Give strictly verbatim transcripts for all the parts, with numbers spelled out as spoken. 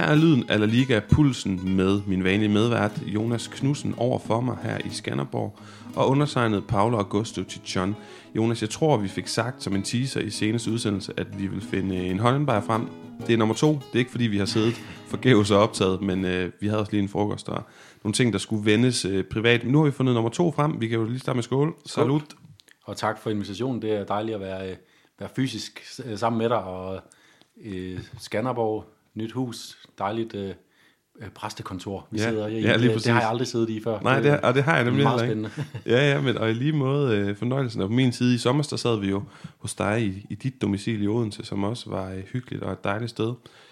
er lyden af La Liga Pulsen med min vanlige medvært Jonas Knudsen over for mig her i Skanderborg, og undertegnet Paolo Augusto Chichon. Jonas, jeg tror, vi fik sagt som en teaser i seneste udsendelse, at vi vil finde en Hollenbejer frem. Det er nummer to. Det er ikke, fordi vi har siddet forgæves og optaget, men øh, vi havde også lige en frokost og nogle ting, der skulle vendes øh, privat. Nu har vi fundet nummer to frem. Vi kan jo lige starte med skål. Salut. Og tak for invitationen. Det er dejligt at være, være fysisk sammen med dig. Og øh, Skanderborg, nyt hus, dejligt øh, præstekontor, vi ja, sidder i. Ja, det, det har jeg aldrig siddet i før. Nej, det, og det har jeg nemlig meget heller ikke. Ja, ja, men og i lige måde øh, fornøjelsen. Og på min side i sommer, der sad vi jo hos dig i, i dit domicil i Odense, som også var øh, hyggeligt og et dejligt sted.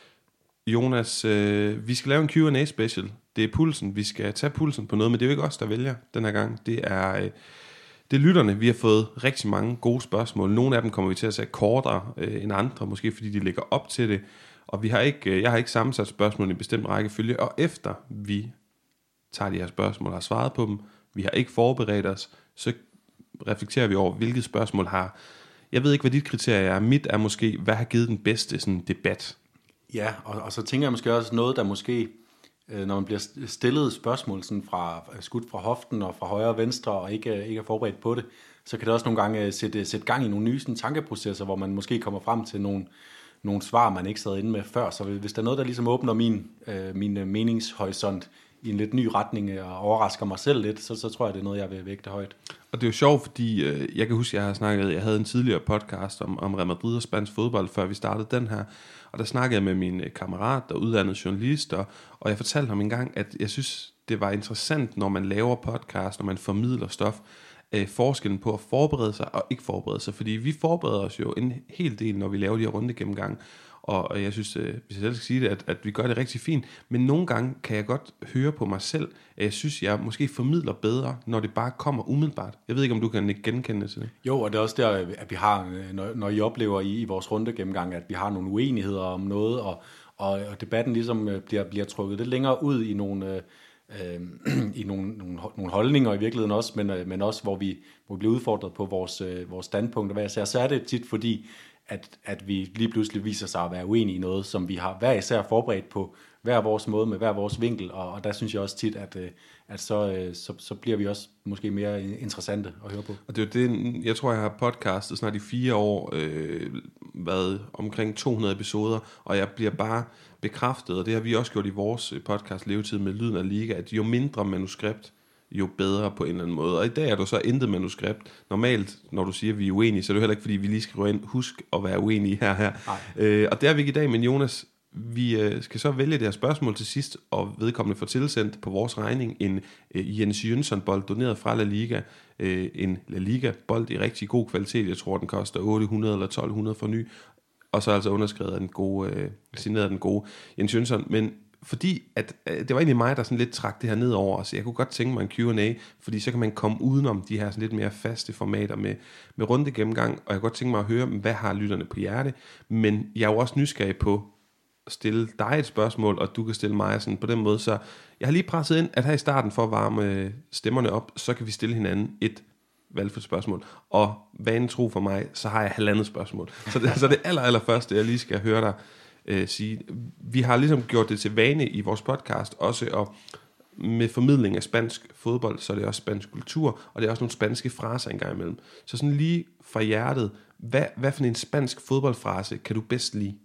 Jonas, øh, vi skal lave en Q and A special. Det er pulsen. Vi skal tage pulsen på noget, men det er jo ikke os, der vælger den her gang. Det er, øh, det er lytterne. Vi har fået rigtig mange gode spørgsmål. Nogle af dem kommer vi til at tage kortere øh, end andre, måske fordi de ligger op til det. Og vi har ikke, jeg har ikke sammensat spørgsmål i en bestemt rækkefølge, og efter vi tager de her spørgsmål og har svaret på dem, vi har ikke forberedt os, så reflekterer vi over, hvilket spørgsmål har. Jeg ved ikke, hvad dit kriterie er. Mit er måske, hvad har givet den bedste sådan, debat? Ja, og, og så tænker jeg måske også noget, der måske, øh, når man bliver stillet spørgsmål sådan fra, skudt fra hoften og fra højre og venstre, og ikke, ikke er forberedt på det, så kan det også nogle gange sætte, sætte gang i nogle nye sådan, tankeprocesser, hvor man måske kommer frem til nogle nogle svar, man ikke sad inde med før. Så hvis der er noget, der ligesom åbner min, øh, min meningshorisont i en lidt ny retning og overrasker mig selv lidt, så, så tror jeg, det er noget, jeg vil vægte højt. Og det er jo sjovt, fordi øh, jeg kan huske, jeg har snakket, jeg havde en tidligere podcast om, om Real Madrid og spansk fodbold, før vi startede den her, og der snakkede jeg med min kammerat, der uddannede journalist, og, og jeg fortalte ham engang, at jeg synes, det var interessant, når man laver podcast, når man formidler stof, øh, forskellen på at forberede sig og ikke forberede sig, fordi vi forbereder os jo en hel del, når vi laver de her runde gennemgang, og, og jeg synes, øh, hvis jeg selv skal sige det, at, at vi gør det rigtig fint, men nogle gange kan jeg godt høre på mig selv, at jeg synes, jeg måske formidler bedre, når det bare kommer umiddelbart. Jeg ved ikke, om du kan genkende til det. Jo, og det er også der, at vi har, når, når I oplever i, i vores runde gennemgang, at vi har nogle uenigheder om noget, og, og, og debatten ligesom bliver, bliver trukket lidt længere ud i nogle... Øh, i nogle, nogle, nogle holdninger i virkeligheden også, men, men også hvor vi, hvor vi bliver udfordret på vores, vores standpunkter hver især, så er det tit fordi, at, at vi lige pludselig viser sig at være uenige i noget, som vi har hver især forberedt på hver vores måde, med hver vores vinkel, og, og der synes jeg også tit, at, at så, så, så bliver vi også måske mere interessante at høre på. Og det er jo det, jeg tror, jeg har podcastet snart i fire år, øh, været omkring to hundrede episoder, og jeg bliver bare bekræftet, og det har vi også gjort i vores podcast Levetid med Lyden af Liga, at jo mindre manuskript, jo bedre på en eller anden måde. Og i dag er du så intet manuskript. Normalt, når du siger, at vi er uenige, så er det heller ikke, fordi vi lige skriver ind, husk at være uenige her her. Øh, og det er vi ikke i dag, men Jonas, vi øh, skal så vælge det her spørgsmål til sidst, og vedkommende får tilsendt på vores regning en øh, Jens Jønsson-bold, doneret fra La Liga. Øh, en La Liga-bold i rigtig god kvalitet. Jeg tror, den koster otte hundrede eller tolv hundrede for ny. Og så altså underskrevet af den gode, øh, signeret den gode Jens Jønsson. Men fordi at, øh, det var egentlig mig, der sådan lidt trak det her ned over, så jeg kunne godt tænke mig en Q and A, fordi så kan man komme udenom de her sådan lidt mere faste formater med, med runde gennemgang, og jeg kunne godt tænke mig at høre, hvad har lytterne på hjerte, men jeg er jo også nysgerrig på at stille dig et spørgsmål, og du kan stille mig sådan på den måde, så jeg har lige presset ind, at her i starten for at varme stemmerne op, så kan vi stille hinanden et valgfrit spørgsmål, og vanen tro for mig, så har jeg halvandet spørgsmål, så det, så det aller, aller første, jeg lige skal høre dig øh, sige, vi har ligesom gjort det til vane i vores podcast, også at med formidling af spansk fodbold, så er det også spansk kultur, og det er også nogle spanske fraser engang imellem, så sådan lige fra hjertet, hvad, hvad for en spansk fodboldfrase kan du bedst lide?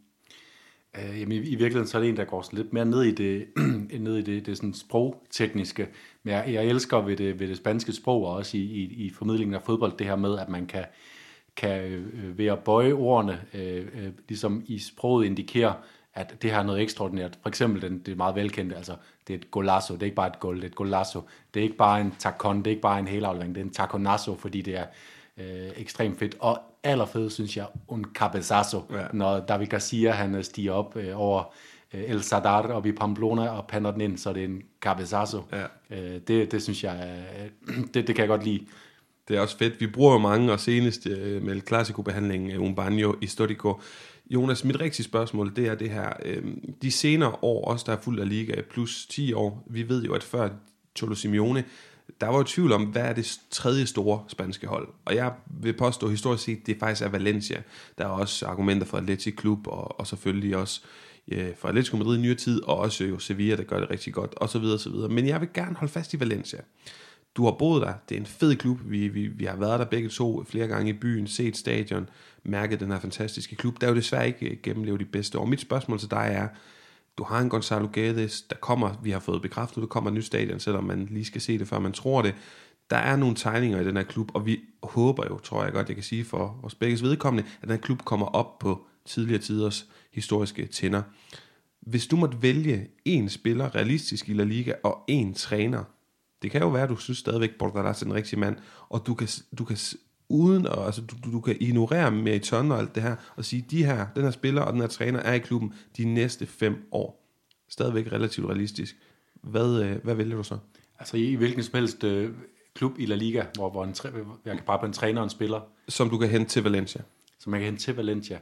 Uh, jamen, i, i virkeligheden så er det en, der går sådan lidt mere ned i det, ned i det, det sådan sprogtekniske. Men jeg, jeg elsker ved det, ved det spanske sprog, og også i, i, i formidlingen af fodbold, det her med, at man kan, kan øh, ved at bøje ordene, øh, øh, ligesom i sproget indikerer, at det her er noget ekstraordinært. For eksempel den, det er meget velkendte, altså det er et golazo, det er ikke bare et gol, det er et golazo. Det er ikke bare en tacon, det er ikke bare en helaflevering, det er en taconazo, fordi det er øh, ekstremt fedt. Og allerfedest synes jeg, un cabezazo, ja. Når David Garcia, han stiger op øh, over øh, El Sadar op i Pamplona og pander den ind, så det er en cabezazo. Ja. Øh, det, det synes jeg, øh, det, det kan jeg godt lide. Det er også fedt. Vi bruger jo mange, og senest øh, med Clasico-behandlingen af Un Baño Histórico. Jonas, mit rigtige spørgsmål, det er det her. Øh, de senere år, også der er fuldt af liga, plus ti år, vi ved jo, at før Cholo Simeone, der var jo tvivl om, hvad er det tredje store spanske hold. Og jeg vil påstå historisk set, det faktisk er Valencia. Der er også argumenter for Athletic Club, og, og selvfølgelig også øh, for Atletico Madrid i nyere tid, og også jo Sevilla, der gør det rigtig godt, og så videre, og så videre. Men jeg vil gerne holde fast i Valencia. Du har boet der, det er en fed klub, vi, vi, vi har været der begge to flere gange i byen, set stadion, mærket den her fantastiske klub. Der er jo desværre ikke gennemlevet de bedste år. Mit spørgsmål til dig er, du har en Gonzalo Guedes, der kommer, vi har fået bekræftet, der kommer et nyt stadion, selvom man lige skal se det, før man tror det. Der er nogle tegninger i den her klub, og vi håber jo, tror jeg godt, jeg kan sige for vores begges vedkommende, at den her klub kommer op på tidligere tiders historiske tænder. Hvis du måtte vælge en spiller realistisk i La Liga og en træner, det kan jo være, at du synes stadigvæk, Bordalas er den rigtige mand, og du kan, du kan uden at, altså, du, du kan ignorere Meriton og alt det her, og sige, de her, den her spiller og den her træner er i klubben de næste fem år. Stadigvæk relativt realistisk. Hvad, øh, hvad vælger du så? Altså i hvilken som helst øh, klub i La Liga, hvor, hvor en, jeg kan bare på en træner og en spiller. Som du kan hente til Valencia. Som man kan hente til Valencia.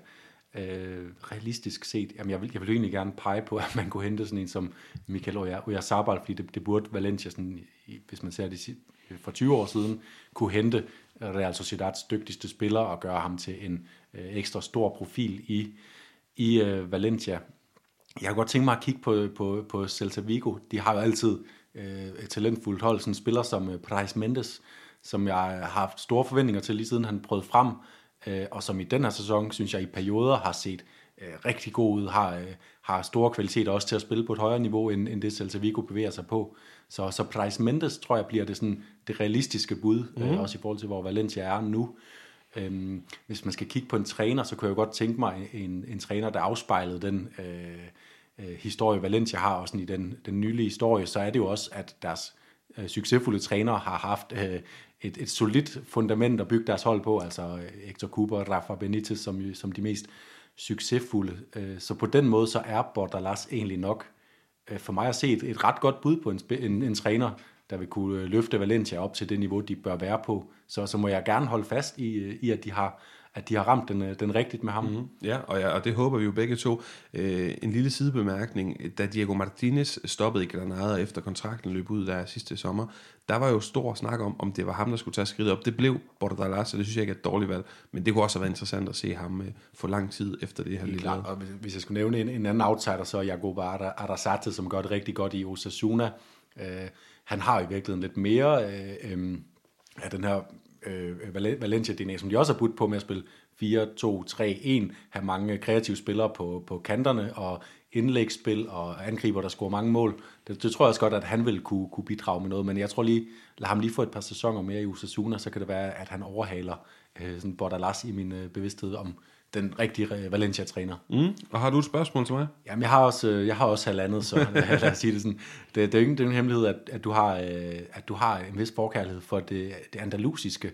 Øh, realistisk set, jamen jeg vil, jeg vil jo egentlig gerne pege på, at man kunne hente sådan en som Mikel Oyarzabal, fordi det, det burde Valencia, sådan, i, hvis man ser det for tyve år siden, kunne hente Real Sociedads dygtigste spiller og gøre ham til en øh, ekstra stor profil i, i øh, Valencia. Jeg kan godt tænke mig at kigge på, på, på Celta Vigo. De har jo altid øh, et talentfuldt hold, sådan en spiller som øh, Brais Mendes, som jeg har haft store forventninger til lige siden han prøvede frem, øh, og som i den her sæson, synes jeg, i perioder har set øh, rigtig god ud, har, øh, har store kvaliteter også til at spille på et højere niveau, end, end det Celta Vigo bevæger sig på. Så, så Brais Mendes, tror jeg, bliver det, sådan, det realistiske bud, mm. øh, også i forhold til, hvor Valencia er nu. Øhm, hvis man skal kigge på en træner, så kunne jeg godt tænke mig en, en træner, der afspejlede den øh, øh, historie, Valencia har, og sådan i den, den nylige historie, så er det jo også, at deres øh, succesfulde trænere har haft øh, et, et solidt fundament at bygge deres hold på, altså øh, Héctor Cúper og Rafa Benítez som, som de mest succesfulde. Øh, så på den måde, så er Bordalas egentlig nok øh, for mig at se et, et ret godt bud på en, en, en træner, der vil kunne løfte Valencia op til det niveau, de bør være på. Så, så må jeg gerne holde fast i, i at, de har, at de har ramt den, den rigtigt med ham. Mm-hmm. Ja, og ja, og det håber vi jo begge to. Øh, en lille sidebemærkning. Da Diego Martinez stoppede i Granada efter kontrakten løb ud der sidste sommer, der var jo stor snak om, om det var ham, der skulle tage skridtet op. Det blev Bordalas, så det synes jeg ikke er et dårligt valg. Men det kunne også have været interessant at se ham øh, for lang tid efter det her lille klart, og hvis jeg skulle nævne en, en anden outsider, så er Jacobo Arrasate, som gør det rigtig godt i Osasuna. Øh, han har i virkeligheden lidt mere øh, øh, af den her øh, Valencia-D N A, som de også har budt på med at spille fire to tre en, have mange kreative spillere på, på kanterne, og indlægsspil og angriber, der scorer mange mål. Det, det tror jeg også godt, at han vil kunne, kunne bidrage med noget, men jeg tror lige, lad ham lige få et par sæsoner mere i Osasuna, så kan det være, at han overhaler øh, sådan Bordalas i min øh, bevidsthed om den rigtige Valencia-træner. Mm. Og har du et spørgsmål til mig? Jamen, jeg har også, jeg har også halvandet, så lad os sige det sådan. Det, det er jo ingen hemmelighed, at, at, du har, at du har en vis forkærlighed for det, det andalusiske.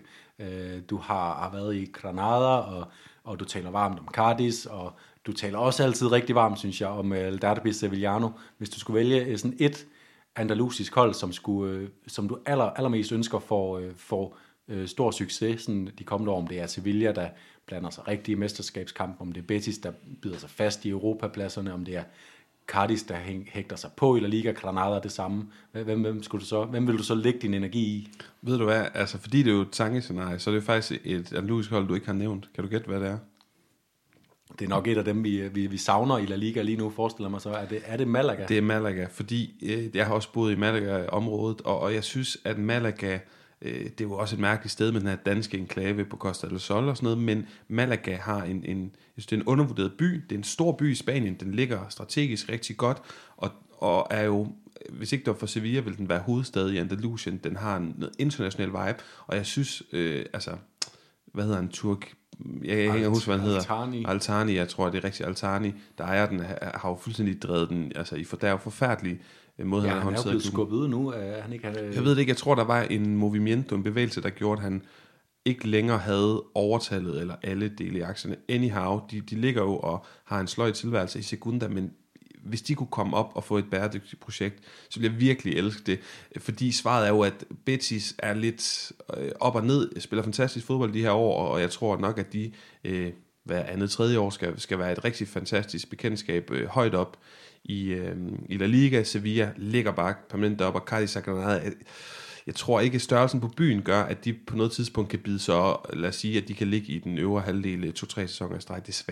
Du har, har været i Granada, og, og du taler varmt om Cadiz, og du taler også altid rigtig varmt, synes jeg, om El Derbi Sevillano. Hvis du skulle vælge sådan et andalusisk hold, som, skulle, som du aller, allermest ønsker for, for stor succes sådan de kommende år, om det er Sevilla, der blander sig rigtig i mesterskabskampen, om det er Betis, der bider sig fast i Europapladserne, om det er Cadiz, der hægter sig på i La Liga, Granada det samme. Hvem, hvem, skulle du så, hvem vil du så lægge din energi i? Ved du hvad, altså fordi det er jo et tankescenarie, så er det jo faktisk et andalusisk hold, du ikke har nævnt. Kan du gætte, hvad det er? Det er nok et af dem, vi, vi, vi savner i La Liga lige nu, forestiller mig så. Er det, er det Malaga? Det er Malaga, fordi øh, jeg har også boet i Malaga-området, og, og jeg synes, at Malaga, øh, det er jo også et mærkeligt sted med den her danske enklave på Costa del Sol og sådan noget, men Malaga har en, en, jeg synes, det er en undervurderet by. Det er en stor by i Spanien, den ligger strategisk rigtig godt, og, og er jo, hvis ikke det var for Sevilla, vil den være hovedstad i Andalusien. Den har en international vibe, og jeg synes, øh, altså, hvad hedder han, Turk... Jeg kan ikke huske, hvad han hedder. Altani. Altani, jeg tror, det er rigtig Altani, der ejer den, har jo fuldstændig drevet den, altså i for, der er jo forfærdelig måde, ja, han har håndteret. Ja, han er jo blevet skubbet ud nu. Uh, han ikke havde... Jeg ved det ikke, jeg tror, der var en movimiento, en bevægelse, der gjorde, at han ikke længere havde overtallet, eller alle dele i aktierne. Anyhow, de, de ligger jo og har en sløj tilværelse i Segunda, men hvis de kunne komme op og få et bæredygtigt projekt, så ville jeg virkelig elske det. Fordi svaret er jo, at Betis er lidt øh, op og ned, spiller fantastisk fodbold de her år, og jeg tror nok, at de øh, hver andet tredje år skal, skal være et rigtig fantastisk bekendtskab øh, højt op i, øh, i La Liga. Sevilla ligger bare permanent op, og Cadiz og Granada. Jeg tror ikke, at størrelsen på byen gør, at de på noget tidspunkt kan bide sig, lad os sige, at de kan ligge i den øvre halvdel to-tre sæsoner i streg, desværre.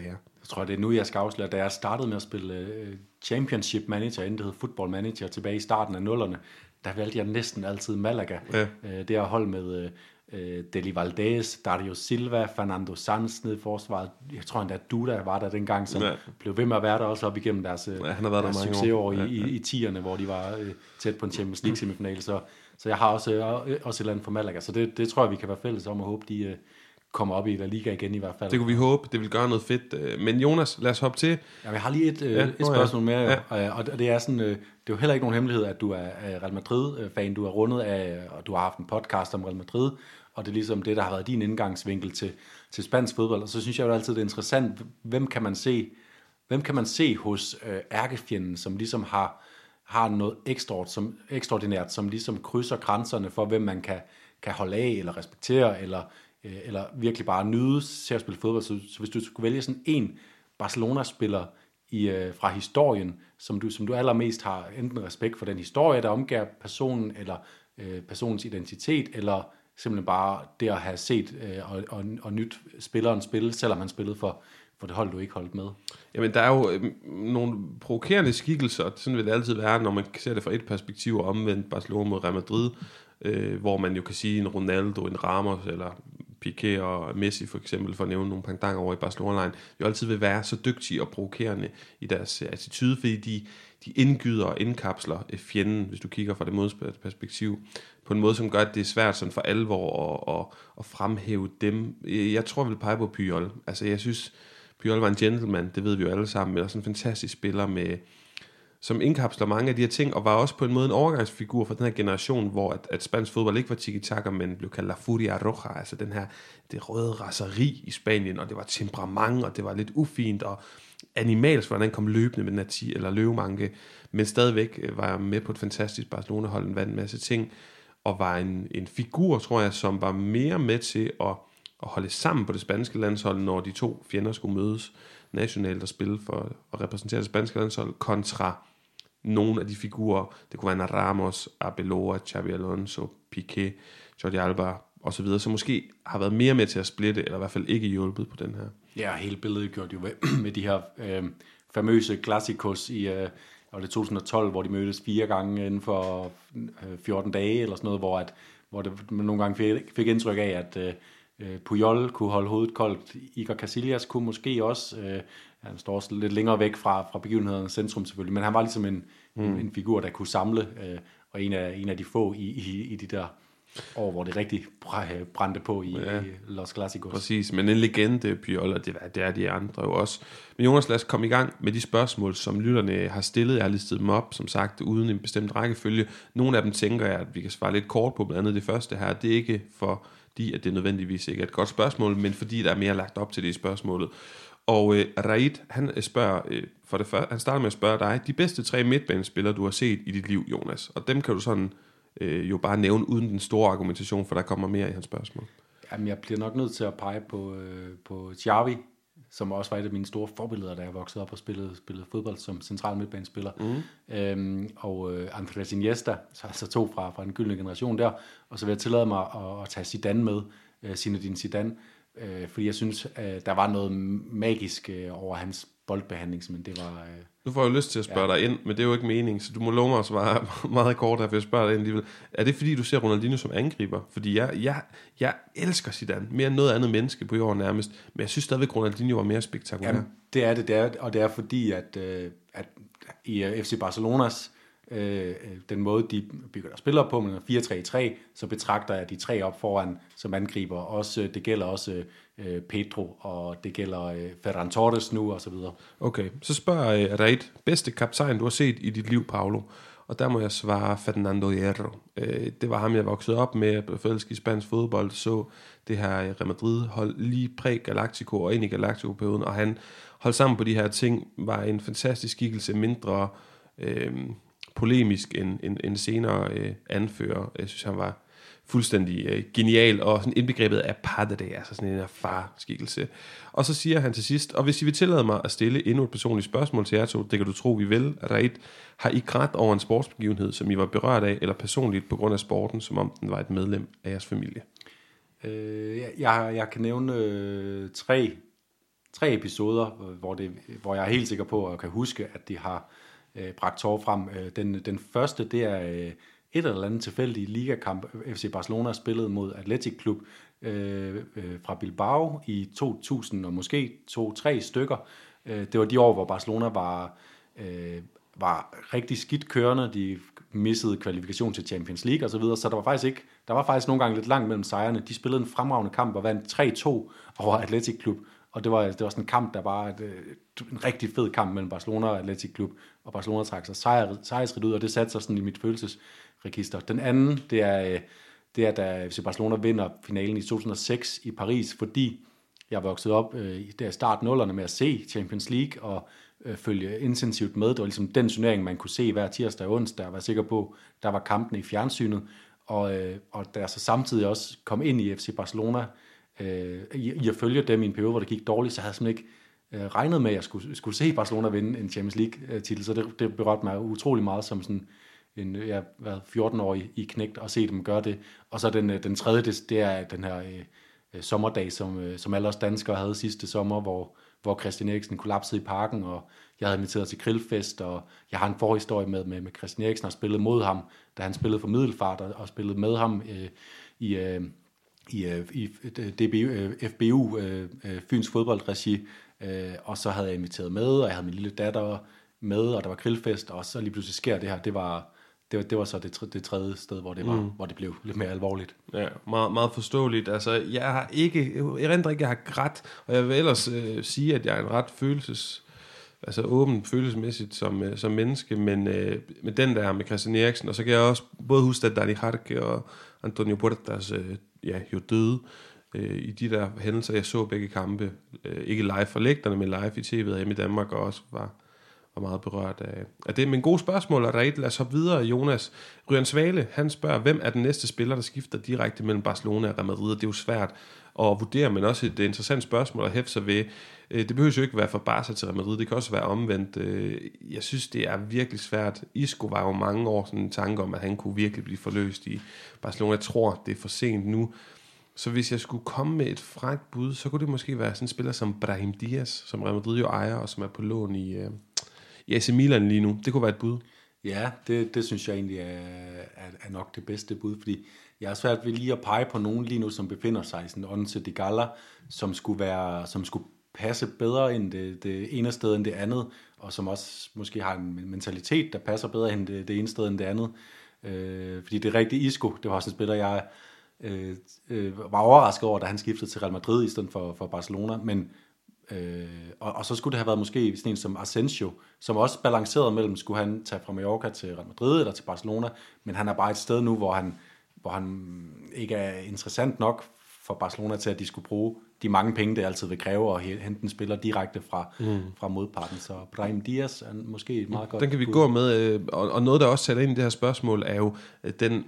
Jeg tror, det er nu, jeg skal afsløre, da jeg startede med at spille Championship Manager, inden det hed Football Manager, tilbage i starten af nullerne, der valgte jeg næsten altid Malaga. Ja. Det er hold med uh, Deli Valdez, Dario Silva, Fernando Sanz nede i forsvaret. Jeg tror endda, Duda var der dengang, som ja. blev ved med at være der også op igennem deres, ja, han har været deres der succesår ja, i, ja. i, i tierne, hvor de var uh, tæt på en Champions League semifinal. Så, så jeg har også, uh, også et eller andet for Malaga. Så det, det tror jeg, vi kan være fælles om at håbe, de... Uh, kommer op i La Liga igen i hvert fald. Det kunne vi håbe, det vil gøre noget fedt. Men Jonas, lad os hoppe til. Ja, jeg har lige et, ja, et spørgsmål mere, ja. Og det er sådan, det er jo heller ikke nogen hemmelighed, at du er Real Madrid-fan, du er rundet af, og du har haft en podcast om Real Madrid, og det er ligesom det, der har været din indgangsvinkel til, til spansk fodbold. Og så synes jeg jo altid, det er interessant, hvem kan man se, hvem kan man se hos ærkefjenden, som ligesom har, har noget ekstraordinært som, ekstraordinært, som ligesom krydser grænserne for, hvem man kan, kan holde af, eller respektere, eller eller virkelig bare nyde til at spille fodbold. Så, så hvis du skulle vælge sådan en Barcelona-spiller i, øh, fra historien, som du, som du allermest har enten respekt for den historie, der omgiver personen, eller øh, personens identitet, eller simpelthen bare det at have set øh, og, og, og nyt spilleren spille, selvom han spillede for, for det hold, du ikke holdt med. Jamen, der er jo øh, nogle provokerende skikkelser, sådan vil det altid være, når man ser det fra et perspektiv og omvendt Barcelona mod Real Madrid, øh, hvor man jo kan sige en Ronaldo, en Ramos, eller Piqué og Messi for eksempel, for at nævne nogle pangdanger over i Barcelona-lejen, jo altid vil være så dygtige og provokerende i deres attitude, fordi de, de indgyder og indkapsler fjenden, hvis du kigger fra det modsatte perspektiv, på en måde, som gør, at det er svært sådan for alvor at, at, at fremhæve dem. Jeg tror, jeg vil pege på Puyol. Altså, jeg synes, Puyol var en gentleman, det ved vi jo alle sammen, men også en fantastisk spiller med som indkapsler mange af de her ting, og var også på en måde en overgangsfigur for den her generation, hvor at, at spansk fodbold ikke var tiki-taka, men blev kaldt La Furia Roja, altså den her, det røde raseri i Spanien, og det var temperament, og det var lidt ufint, og animalsk, hvordan han kom løbende med den her ti, eller løvemanke, men stadigvæk var jeg med på et fantastisk Barcelona-hold, en vandt en masse ting, og var en, en figur, tror jeg, som var mere med til at, at holde sammen på det spanske landshold, når de to fjender skulle mødes nationalt og spille for at repræsentere det spanske landshold, kontra nogle af de figurer, det kunne være Ramos, Arbeloa, Xabi Alonso, Piqué, Jordi Alba og så videre, som måske har været mere med til at splitte, eller i hvert fald ikke hjulpet på den her. Ja, hele billedet gjort jo med de her øh, famøse klassikos i øh, og det to tusind og tolv, hvor de mødtes fire gange inden for øh, fjorten dage, eller sådan noget, hvor, at, hvor det, man nogle gange fik, fik indtryk af, at øh, Puyol kunne holde hovedet koldt, Iker Casillas kunne måske også, øh, han står også lidt længere væk fra, fra begivenhedernes centrum selvfølgelig, men han var ligesom en, mm. en, en figur, der kunne samle, øh, og en af, en af de få i, i, i de der år, hvor det rigtig brændte på i, ja. i Los Clásicos. Præcis, men en legende, Puyol, og det, det er de andre jo også. Men Jonas, lad os komme i gang med de spørgsmål, som lytterne har stillet. Jeg har listet dem op, som sagt, uden en bestemt rækkefølge. Nogle af dem tænker jeg, at vi kan svare lidt kort på, blandt andet det første her. Det er ikke fordi, at det nødvendigvis ikke er et godt spørgsmål, men fordi der er mere lagt op til det i spørgsmålet. Og øh, Raid, han spørger, øh, for det første, han starter med at spørge dig, de bedste tre midtbanespillere, du har set i dit liv, Jonas. Og dem kan du sådan øh, jo bare nævne uden den store argumentation, for der kommer mere i hans spørgsmål. Jamen, jeg bliver nok nødt til at pege på, øh, på Xavi, som også var et af mine store forbilleder, da jeg voksede op og spillede, spillede fodbold som central midtbanespiller. Mm. Øhm, og øh, Andrés Iniesta, så altså to fra, fra en gyldne generation der. Og så vil jeg tillade mig at, at tage Zidane med, øh, Zinedine Zidane, øh, fordi jeg synes, øh, der var noget magisk øh, over hans boldbehandling, men det var... Øh, nu får jeg jo lyst til at spørge ja. dig ind, men det er jo ikke meningen, så du må love mig at svare meget kort her, for jeg spørger dig ind alligevel. Er det fordi, du ser Ronaldinho som angriber? Fordi jeg, jeg, jeg elsker Zidane, mere end noget andet menneske på jorden nærmest, men jeg synes stadigvæk, Ronaldinho var mere spektakulær. Jamen, det er det, det er, og det er fordi, at, øh, at i F C Barcelonas, øh, den måde, de bygger der spiller på, med fire tre tre, så betragter jeg de tre op foran som angriber. Også, det gælder også øh, Pedro, og det gælder øh, Ferran Torres nu, og så videre. Okay, så spørger uh, Raid, bedste kaptajn, du har set i dit liv, Paulo? Og der må jeg svare Fernando Hierro. Uh, det var ham, jeg voksede op med, jeg blev forelsket i spansk fodbold, så det her Real Madrid-hold lige præ-Galactico og ind i Galactico-perioden, og han holdt sammen på de her ting, var en fantastisk skikkelse, mindre øh, polemisk end, end, end senere øh, anfører. Jeg synes, han var fuldstændig øh, genial, og sådan indbegrebet af padre, altså sådan en her far-skikkelse. Og så siger han til sidst, og hvis I vil tillade mig at stille endnu et personligt spørgsmål til jer to, det kan du tro, vi vil, Raid, har I grædt over en sportsbegivenhed, som I var berørt af, eller personligt på grund af sporten, som om den var et medlem af jeres familie? Øh, jeg, jeg kan nævne øh, tre tre episoder, hvor, det, hvor jeg er helt sikker på og kan huske, at de har øh, bragt tårer frem. Den, den første, det er øh, et eller andet tilfældigt ligakamp. F C Barcelona spillede mod Athletic Club øh, øh, fra Bilbao i to tusind og måske to-tre stykker. Øh, det var de år, hvor Barcelona var, øh, var rigtig skidt kørende. De missede kvalifikation til Champions League og så videre, så der var faktisk ikke, der var faktisk nogle gange lidt langt mellem sejrene. De spillede en fremragende kamp og vandt tre to over Athletic Club, og det var, det var sådan en kamp, der var et, en rigtig fed kamp mellem Barcelona og Athletic Club, og Barcelona trak sig sejr, sejrsrigt ud, og det satte sig sådan i mit følelsesregister. Den anden, det er, det er da F C Barcelona vinder finalen i to tusind og seks i Paris, fordi jeg voksede op øh, der i start nullerne med at se Champions League og øh, følge intensivt med. Det var ligesom den turnering, man kunne se hver tirsdag og onsdag, og var sikker på, der var kampene i fjernsynet. Og, øh, og da jeg så samtidig også kom ind i F C Barcelona, øh, i, i at følge dem i en periode, hvor det gik dårligt, så havde jeg simpelthen ikke øh, regnet med, at jeg skulle, skulle se Barcelona vinde en Champions League-titel. Så det, det berørte mig utrolig meget som sådan en, jeg har været fjorten år i, i knægt og se dem gøre det. Og så den, den tredje, det, det er den her øh, sommerdag, som, øh, som alle os danskere havde sidste sommer, hvor, hvor Christian Eriksen kollapsede i parken, og jeg havde inviteret til grillfest, og jeg har en forhistorie med, med, med Christian Eriksen og spillet mod ham, da han spillede for Middelfart, og, og spillede med ham øh, i, øh, i, øh, i D B U, øh, F B U, øh, Fyns fodboldregi, øh, og så havde jeg inviteret med, og jeg havde min lille datter med, og der var grillfest, og så lige pludselig sker det her. Det var, det var, det var så det, det tredje sted, hvor det, var, mm. hvor det blev lidt mere alvorligt. Ja, meget, meget forståeligt. Altså, jeg har ikke, jeg render ikke, jeg har grædt, og jeg vil ellers øh, sige, at jeg er en ret følelses, altså åben følelsesmæssigt som, øh, som menneske, men øh, med den der med Christian Eriksen, og så kan jeg også både huske, at Dani Jarque og Antonio Puertas øh, ja, jo døde øh, i de der hændelser. Jeg så begge kampe, øh, ikke live for lægterne, men live i tv'et hjemme i Danmark, og også var var meget berørt af, af det. Men gode spørgsmål, og der er et, lad os hoppe videre. Jonas Ryan Svale, han spørger, hvem er den næste spiller, der skifter direkte mellem Barcelona og Real Madrid? Det er jo svært at vurdere, men også et interessant spørgsmål at hæfte sig ved. Det behøver jo ikke være fra Barca til Real Madrid, det kan også være omvendt. Jeg synes, det er virkelig svært. Isco var jo mange år sådan en tanke om, at han kunne virkelig blive forløst i Barcelona. Jeg tror, det er for sent nu. Så hvis jeg skulle komme med et frækt bud, så kunne det måske være sådan en spiller som Brahim Diaz, som Real Madrid jo ejer, og som er på lån i i A C Milan lige nu. Det kunne være et bud. Ja, det, det synes jeg egentlig er, er, er nok det bedste bud, fordi jeg har svært ved lige at pege på nogen lige nu, som befinder sig i sådan en Once de Gala, som skulle, være, som skulle passe bedre end det, det ene sted end det andet, og som også måske har en mentalitet, der passer bedre end det, det ene sted end det andet. Øh, fordi det er rigtig Isco, det var også en spiller, jeg øh, øh, var overrasket over, da han skiftede til Real Madrid i stedet for, for Barcelona, men Øh, og, og så skulle det have været måske sådan en som Asensio, som også balancerede mellem, skulle han tage fra Mallorca til Real Madrid eller til Barcelona, men han er bare et sted nu, hvor han, hvor han ikke er interessant nok for Barcelona til, at de skulle bruge de mange penge, det altid vil kræve, at hente en spiller direkte fra, mm. fra modparten. Så Brahim Diaz er måske et meget godt. Den kan vi gå med, og, og noget, der også taler ind i det her spørgsmål, er jo den,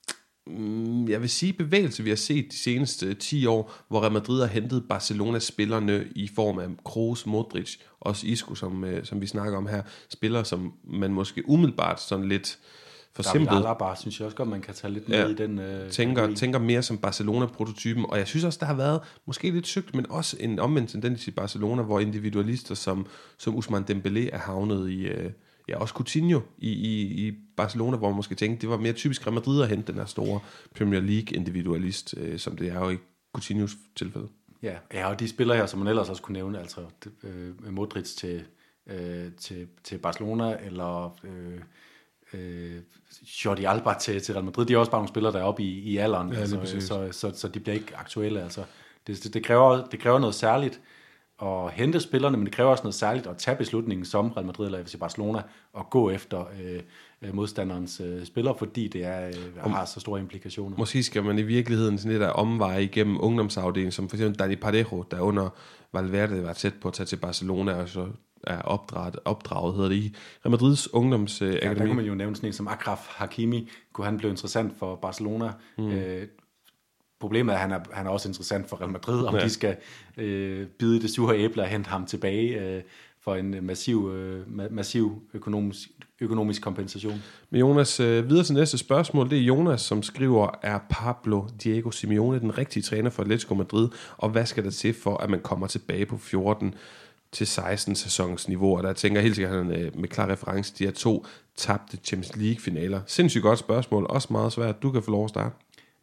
jeg vil sige, bevægelse, vi har set de seneste ti år, hvor Real Madrid har hentet Barcelonas spillerne i form af Kroos, Modric, også Isco, som, som vi snakker om her, spillere, som man måske umiddelbart sådan lidt forsimplet. David Alaba, synes jeg også godt, man kan tage lidt med ja, i den. Øh, tænker, tænker mere som Barcelona-prototypen, og jeg synes også, der har været måske lidt sygt, men også en omvendt tendens i Barcelona, hvor individualister som, som Ousmane Dembélé er havnet i... Øh, ja, også Coutinho i, i, i Barcelona, hvor man måske tænkte, det var mere typisk Real Madrid at hente den her store Premier League-individualist, øh, som det er jo i Coutinhos tilfælde. Ja, ja, og de spiller her, som man ellers også kunne nævne, altså øh, Modric til, øh, til, til Barcelona, eller øh, øh, Jordi Alba til, til Real Madrid, de er også bare nogle spillere, der er oppe i, i alderen, ja, altså, så, så, så, så de bliver ikke aktuelle. Altså, det, det, det, kræver, det kræver noget særligt at hente spillerne, men det kræver også noget særligt at tage beslutningen som Real Madrid eller F C Barcelona og gå efter øh, modstanderens øh, spillere, fordi det er, øh, har så store implikationer. Måske skal man i virkeligheden sådan lidt af omveje igennem ungdomsafdelingen, som for eksempel Dani Parejo, der under Valverde var tæt på at tage til Barcelona, og så er opdraget, opdraget hedder det, i Real Madrids ungdomsakademi. Ja, der kunne man jo nævne sådan en som Achraf Hakimi, kunne han blive interessant for Barcelona. Mm. Øh, Problemet er, at han er, han er også interessant for Real Madrid, om ja. de skal øh, bide det sure æble og hente ham tilbage. Øh, for en massiv, øh, massiv økonomisk, økonomisk kompensation. Men Jonas, øh, videre til næste spørgsmål. Det er Jonas, som skriver, er Pablo Diego Simeone den rigtige træner for Atletico Madrid, og hvad skal der til for, at man kommer tilbage på fjorten til seksten sæsons niveau? Og der tænker jeg helt sikkert, at han med klar reference, de her to tabte Champions League-finaler. Sindssygt godt spørgsmål, også meget svært. Du kan få lov at starte.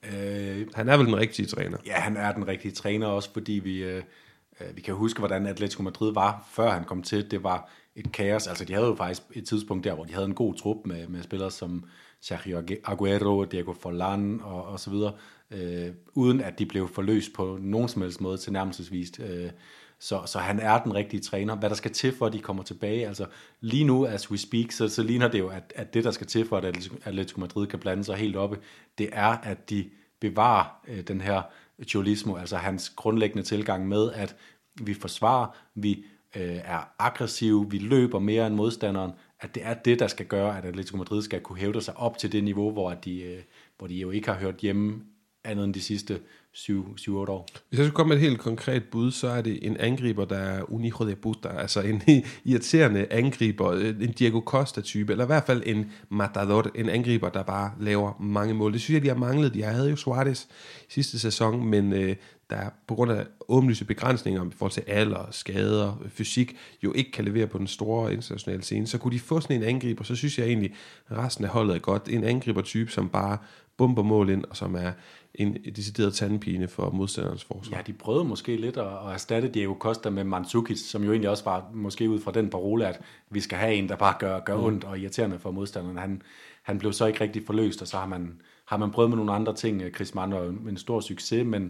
Øh, han er vel den rigtige træner? Ja, han er den rigtige træner også, fordi vi, øh, vi kan huske, hvordan Atletico Madrid var, før han kom til. Det var et kaos. Altså, de havde jo faktisk et tidspunkt der, hvor de havde en god trup med, med spillere som Sergio Aguero, Diego Forlan og, og så videre, øh, uden at de blev forløst på nogen som helst måde til nærmelsesvist. Øh, så, så han er den rigtige træner. Hvad der skal til for, at de kommer tilbage, altså lige nu, as we speak, så, så ligner det jo, at, at det, der skal til for, at Atletico Madrid kan blande sig helt oppe, det er, at de bevarer øh, den her cholismo, altså hans grundlæggende tilgang med, at vi forsvarer, vi øh, er aggressive, vi løber mere end modstanderen, at det er det, der skal gøre, at Atletico Madrid skal kunne hævde sig op til det niveau, hvor de, øh, hvor de jo ikke har hørt hjemme andet end de sidste syv otte år. Hvis jeg skulle komme med et helt konkret bud, så er det en angriber, der er un hijo de puta, altså en irriterende angriber, en Diego Costa-type, eller i hvert fald en matador, en angriber, der bare laver mange mål. Det synes jeg, de har manglet. De havde jo Suarez sidste sæson, men øh, der på grund af åbenlyse begrænsninger i forhold til alder, skader, fysik, jo ikke kan levere på den store internationale scene, så kunne de få sådan en angriber, så synes jeg egentlig, at resten af holdet er godt. En angriber-type, som bare bomber mål ind, og som er en decideret tandpine for modstanderens forsvar. Ja, de prøvede måske lidt at, at erstatte Diego Costa med Mandzukic, som jo egentlig også var måske ud fra den parole, at vi skal have en, der bare gør, gør mm. ondt og irriterende for modstanderen. Han, han blev så ikke rigtig forløst, og så har man, har man prøvet med nogle andre ting. Chris Mann var en stor succes, men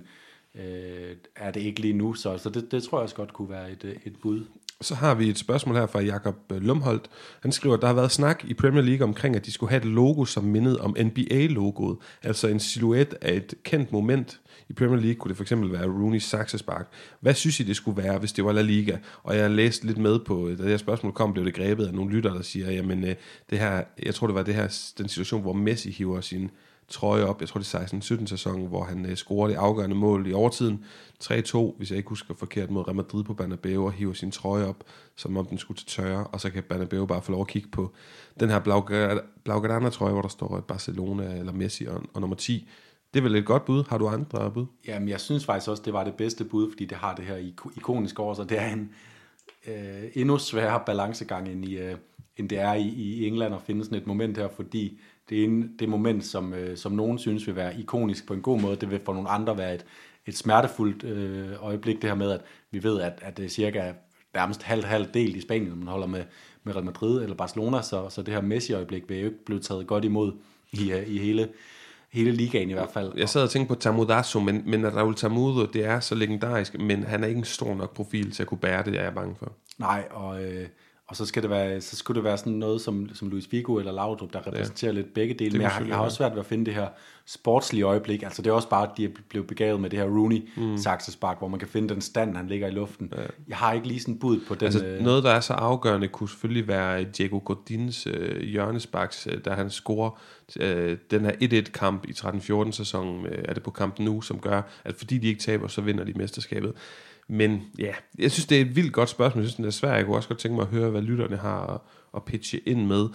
øh, er det ikke lige nu, så, så det, det tror jeg også godt kunne være et, et bud. Så har vi et spørgsmål her fra Jakob Lumholdt. Han skriver, at der har været snak i Premier League omkring, at de skulle have et logo, som mindede om N B A-logoet. Altså en silhuet af et kendt moment. I Premier League kunne det for eksempel være Rooney's saksespark. Hvad synes I, det skulle være, hvis det var La Liga? Og jeg læste lidt med på, da det her spørgsmål kom, blev det grebet af nogle lyttere, der siger, jamen det her, jeg tror det var det her, den situation, hvor Messi hiver sin trøje op, jeg tror det er seksten sytten sæsonen, hvor han øh, scorer det afgørende mål i overtiden, tre to, hvis jeg ikke husker forkert, mod Real Madrid på Bernabeu, og hiver sin trøje op, som om den skulle til tørre, og så kan Bernabeu bare få lov at kigge på den her Blaugrana trøje, hvor der står Barcelona eller Messi og, og nummer ti. Det er vel et godt bud. Har du andre bud? Jamen, jeg synes faktisk også, det var det bedste bud, fordi det har det her ikoniske over, så det er en øh, endnu sværere balancegang, end, i, øh, end det er i, i England at finde sådan et moment her, fordi det er en, det moment, som, øh, som nogen synes vil være ikonisk på en god måde. Det vil for nogle andre være et, et smertefuldt øh, øjeblik, det her med, at vi ved, at, at det er cirka nærmest halvt-halvt delt i Spanien, når man holder med, med Real Madrid eller Barcelona, så, så det her Messi-øjeblik vil jo ikke blive taget godt imod i, i hele, hele ligaen i hvert fald. Jeg sad og tænkte på Tamudasso, men, men Raúl Tamudo, det er så legendarisk, men han er ikke en stor nok profil til at kunne bære det, jeg er bange for. Nej, og... Øh, Og så, skal det være, så skulle det være sådan noget som, som Luis Figo eller Laudrup, der repræsenterer ja. lidt begge dele. Men jeg, jeg har også svært ved at finde det her sportslige øjeblik. Altså det er også bare, at de er blevet begavet med det her Rooney-saksespark, mm. hvor man kan finde den stand, han ligger i luften. Ja. Jeg har ikke lige sådan bud på den. Altså, øh... noget, der er så afgørende, kunne selvfølgelig være Diego Godins øh, hjørnesparks, øh, der han scorer øh, den her et et kamp i tretten fjorten sæsonen, øh, er det på Camp Nou, som gør, at fordi de ikke taber, så vinder de mesterskabet. Men ja, jeg synes, det er et vildt godt spørgsmål. Jeg synes, det er svært. Jeg kunne også godt tænke mig at høre, hvad lytterne har at, at pitche ind med.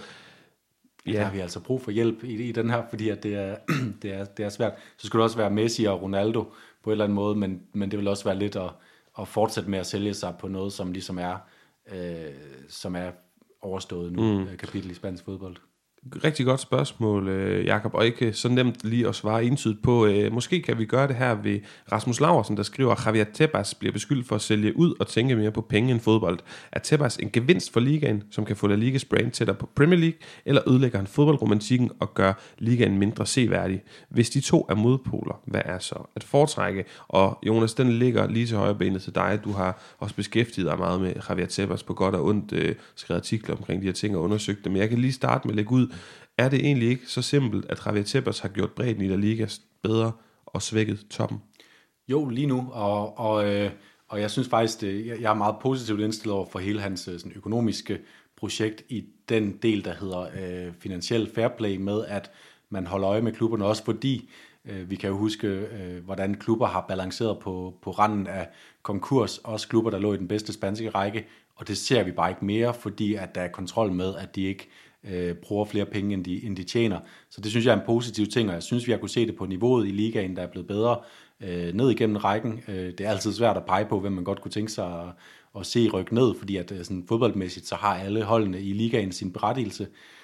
Ja. Der har vi altså brug for hjælp i, i den her, fordi at det, er, det, er, det er svært. Så skulle det også være Messi og Ronaldo på en eller anden måde, men, men det vil også være lidt at, at fortsætte med at sælge sig på noget, som ligesom er, øh, som er overstået nu, mm. kapitel i spansk fodbold. Rigtig godt spørgsmål, Jakob, og ikke så nemt lige at svare entydigt på. Måske kan vi gøre det her ved Rasmus Laursen, der skriver, at Javier Tebas bliver beskyldt for at sælge ud og tænke mere på penge end fodbold. Er Tebas en gevinst for ligaen, som kan få La Ligas brand tættere på Premier League, eller ødelægger han fodboldromantikken og gør ligaen mindre seværdig? Hvis de to er modpoler, hvad er så at foretrække? Og Jonas, den ligger lige til højre benet til dig. Du har også beskæftiget dig meget med Javier Tebas på godt og ondt, øh, skrevet artikler omkring de her ting og undersøgt dem. Men jeg kan lige starte med at lægge ud. Er det egentlig ikke så simpelt, at Javier Tebas har gjort bredden i La Liga bedre og svækket toppen? Jo, lige nu, og, og, øh, og jeg synes faktisk, det, jeg er meget positivt indstillet over for hele hans sådan, økonomiske projekt i den del, der hedder øh, finansiel fair play, med at man holder øje med klubberne, også fordi Vi kan jo huske, hvordan klubber har balanceret på, på randen af konkurs, også klubber, der lå i den bedste spanske række, og det ser vi bare ikke mere, fordi at der er kontrol med, at de ikke øh, bruger flere penge, end de, end de tjener. Så det synes jeg er en positiv ting, og jeg synes, vi har kunne se det på niveauet i ligaen, der er blevet bedre øh, ned igennem rækken. Øh, det er altid svært at pege på, hvem man godt kunne tænke sig at, at se rykke ned, fordi at sådan fodboldmæssigt, så har alle holdene i ligaen sin berettigelse.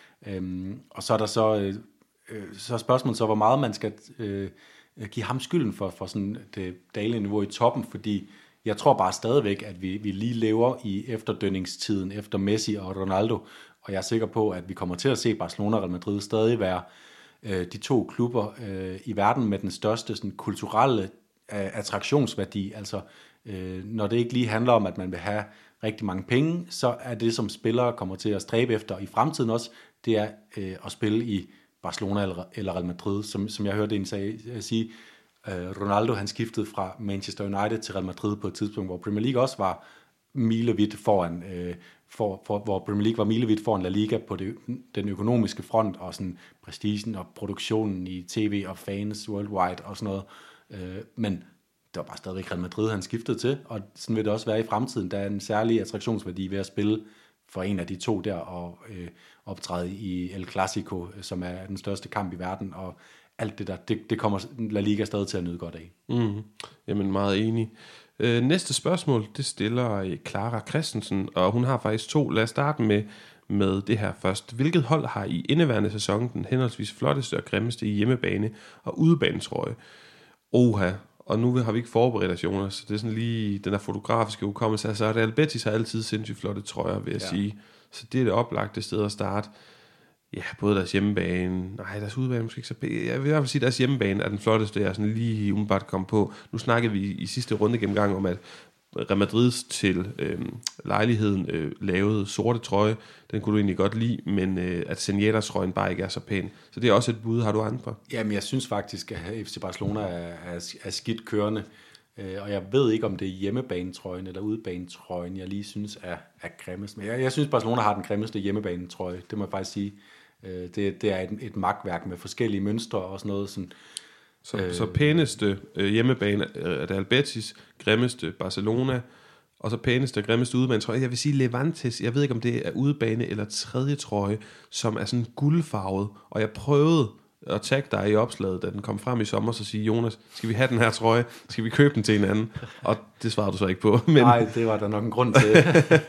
Øhm, og så er der så, øh, så er spørgsmålet så, hvor meget man skal øh, give ham skylden for, for sådan det dalende niveau i toppen, fordi jeg tror bare stadigvæk, at vi, vi lige lever i efterdønningstiden efter Messi og Ronaldo, og jeg er sikker på, at vi kommer til at se Barcelona og Real Madrid stadig være øh, de to klubber øh, i verden med den største sådan, kulturelle øh, attraktionsværdi. Altså, øh, når det ikke lige handler om, at man vil have rigtig mange penge, så er det, som spillere kommer til at stræbe efter i fremtiden også, det er øh, at spille i Barcelona eller, eller Real Madrid, som, som jeg hørte en sag, sige. Ronaldo, han skiftede fra Manchester United til Real Madrid på et tidspunkt, hvor Premier League også var milevidt foran, øh, for, for, hvor Premier League var milevidt foran La Liga på det, den økonomiske front, og sådan prestigen og produktionen i tv og fans worldwide og sådan noget. Øh, men det var bare stadigvæk Real Madrid, han skiftede til, og sådan vil det også være i fremtiden. Der er en særlig attraktionsværdi ved at spille for en af de to der, og øh, optræde i El Clasico, som er den største kamp i verden, og alt det der, det, det kommer La Liga stadig til at nyde godt af. Mm. Jamen meget enig. Øh, næste spørgsmål, det stiller Clara Christensen, og hun har faktisk to. Lad os starte med, med det her først. Hvilket hold har i indeværende sæson den henholdsvis flotteste og grimmeste i hjemmebane og udebanetrøje? Oha, og nu har vi ikke forberedt os, Jonas, så det er sådan lige den der fotografiske hukommelse. Altså Real Betis har altid sindssygt flotte trøjer, vil jeg ja. sige. Så det er det oplagte sted at starte. Ja, både deres hjemmebane, nej, deres udebane måske ikke så pænt. Jeg vil i hvert fald sige, at deres hjemmebane er den flotteste, jeg sådan lige umiddelbart kom på. Nu snakkede vi i sidste runde gennemgang om, at Real Madrids til øh, lejligheden øh, lavede sorte trøje. Den kunne du egentlig godt lide, men øh, at Senietas trøjen bare ikke er så pæn. Så det er også et bud. Har du andre? Jamen, jeg synes faktisk, at F C Barcelona er, er, er skidt kørende. Og jeg ved ikke, om det er hjemmebanetrøjen eller udebanetrøjen, jeg lige synes er, er grimmest. Men jeg, jeg synes, Barcelona har den grimmeste hjemmebanetrøje. Det må jeg faktisk sige. Det, det er et, et magtværk med forskellige mønstre og sådan noget. Sådan, så, øh, så pæneste øh, hjemmebane er Real Betis, grimmeste Barcelona, og så pæneste og grimmeste udebane trøje. Jeg vil sige Levantes, jeg ved ikke, om det er udebane eller tredje trøje, som er sådan guldfarvet. Og jeg prøvede at tagge dig i opslaget, da den kom frem i sommer, så sige, Jonas, skal vi have den her trøje? Skal vi købe den til hinanden? Og det svarede du så ikke på. Men nej, det var der nok en grund til.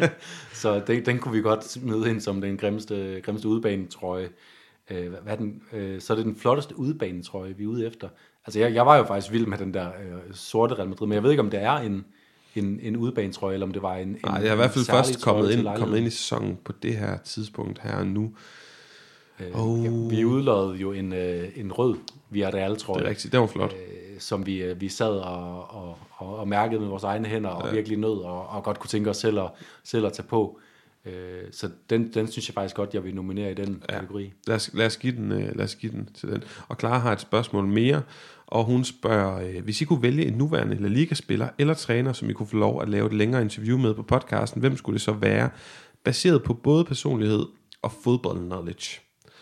Så den, den kunne vi godt smide ind som den grimmeste, grimmeste udebanetrøje. Øh, hvad er den? Øh, så er det den flotteste udebanetrøje, vi er ude efter. Altså, jeg, jeg var jo faktisk vild med den der øh, sorte Real Madrid, men jeg ved ikke, om det er en, en, en udebanetrøje, eller om det var en, en nej, jeg er i hvert fald først kommet ind, kommet ind i sæsonen på det her tidspunkt her og nu. Oh. Ja, vi udlodede jo en, øh, en rød Villarreal-trøje. Det er rigtigt, det var flot. Øh, som vi, vi sad og, og, og, og mærkede med vores egne hænder, og ja. virkelig nød, og, og godt kunne tænke os selv at, selv at tage på. Øh, så den, den synes jeg faktisk godt, jeg vil nominere i den ja. kategori. Lad os, lad, os give den, lad os give den til den. Og Clara har et spørgsmål mere, og hun spørger, hvis I kunne vælge en nuværende La Liga-spiller eller træner, som I kunne få lov at lave et længere interview med på podcasten, hvem skulle det så være? Baseret på både personlighed og fodbold knowledge.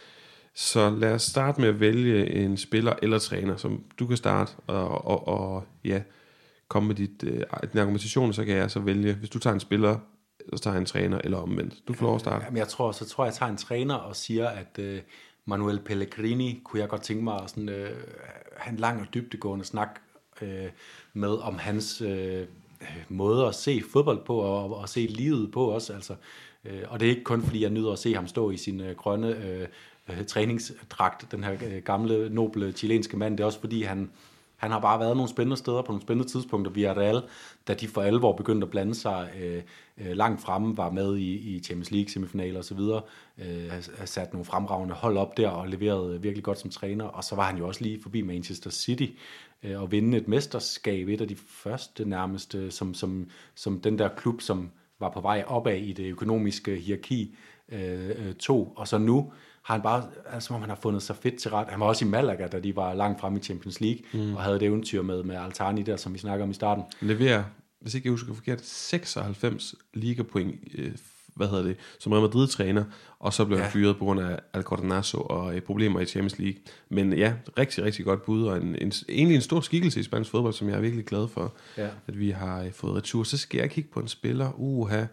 Så lad os starte med at vælge en spiller eller træner, som du kan starte og, og, og ja, komme med dit, øh, din argumentation, så kan jeg så vælge, hvis du tager en spiller, så tager jeg en træner, eller omvendt. Du får lov at starte. Jamen, jeg tror, så tror jeg, jeg tager en træner og siger, at øh, Manuel Pellegrini kunne jeg godt tænke mig at sådan, øh, have en lang og dybdegående snak øh, med om hans øh, måde at se fodbold på og, og se livet på også. Altså, øh, og det er ikke kun fordi, jeg nyder at se ham stå i sin øh, grønne øh, træningsdragt, den her øh, gamle, noble chilenske mand. Det er også fordi, han, han har bare været nogle spændende steder på nogle spændende tidspunkter. Villarreal, da de for alvor begyndte at blande sig øh, øh, langt fremme, var med i, i Champions League semifinaler og så videre, øh, har sat nogle fremragende hold op der og leveret virkelig godt som træner. Og så var han jo også lige forbi Manchester City øh, og vinde et mesterskab, et af de første nærmest, øh, som, som, som den der klub, som var på vej opad i det økonomiske hierarki, øh, øh, tog. Og så nu har han bare, altså som om han har fundet sig fedt til ret. Han var også i Malaga, da de var langt fremme i Champions League, mm. og havde et eventyr med, med Altani der, som vi snakker om i starten. Leverer, hvis ikke jeg husker forkert, seksoghalvfems ligapoint øh, hvad hedder det, som Real Madrid-træner, og så blev ja. han fyret på grund af Alcornazo og øh, problemer i Champions League. Men ja, rigtig, rigtig godt bud, og en, en, egentlig en stor skikkelse i spansk fodbold, som jeg er virkelig glad for, ja. at vi har øh, fået retur. Så skal jeg kigge på en spiller, uha.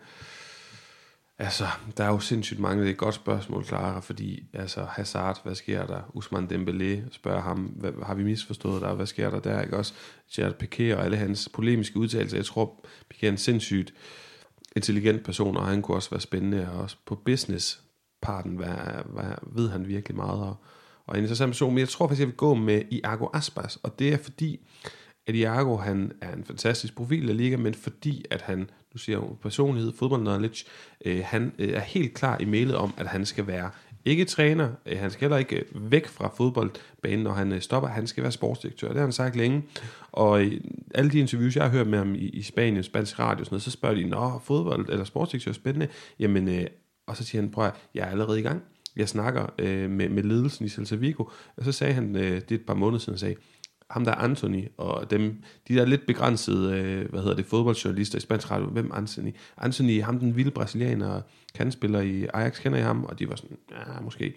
Altså, der er jo sindssygt mange, det er et godt spørgsmål, Clara, fordi altså, Hazard, hvad sker der? Ousmane Dembélé spørger ham, hvad, har vi misforstået der? Hvad sker der der? Ikke også? Gerard Piqué og alle hans polemiske udtalelser. Jeg tror, Piqué er en sindssygt intelligent person, og han kunne også være spændende, og også på business-parten hvad, hvad, ved han virkelig meget, og, og en interessant person. Men jeg tror faktisk, jeg vil gå med Iago Aspas, og det er fordi, at Iago, han er en fantastisk profil i Liga, men fordi, at han, nu siger jeg jo personlighed, fodboldknowledge, øh, han øh, er helt klar i mailet om, at han skal være ikke træner, øh, han skal heller ikke øh, væk fra fodboldbanen, når han øh, stopper, han skal være sportsdirektør, det har han sagt længe, og øh, alle de interviews, jeg har hørt med ham i, i Spanien, spansk radio og sådan noget, så spørger de, nå, fodbold eller sportsdirektør er spændende, jamen, øh, og så siger han, prøv at, jeg er allerede i gang, jeg snakker øh, med, med ledelsen i Celta Vigo, og så sagde han, øh, det er et par måneder siden, sagde, ham der Anthony, og dem, de der lidt begrænsede, øh, hvad hedder det, fodboldjournalister i spansk radio, hvem Anthony? Anthony, ham den vilde brasilianer, kandspiller i Ajax, kender I ham? Og de var sådan, ja, måske.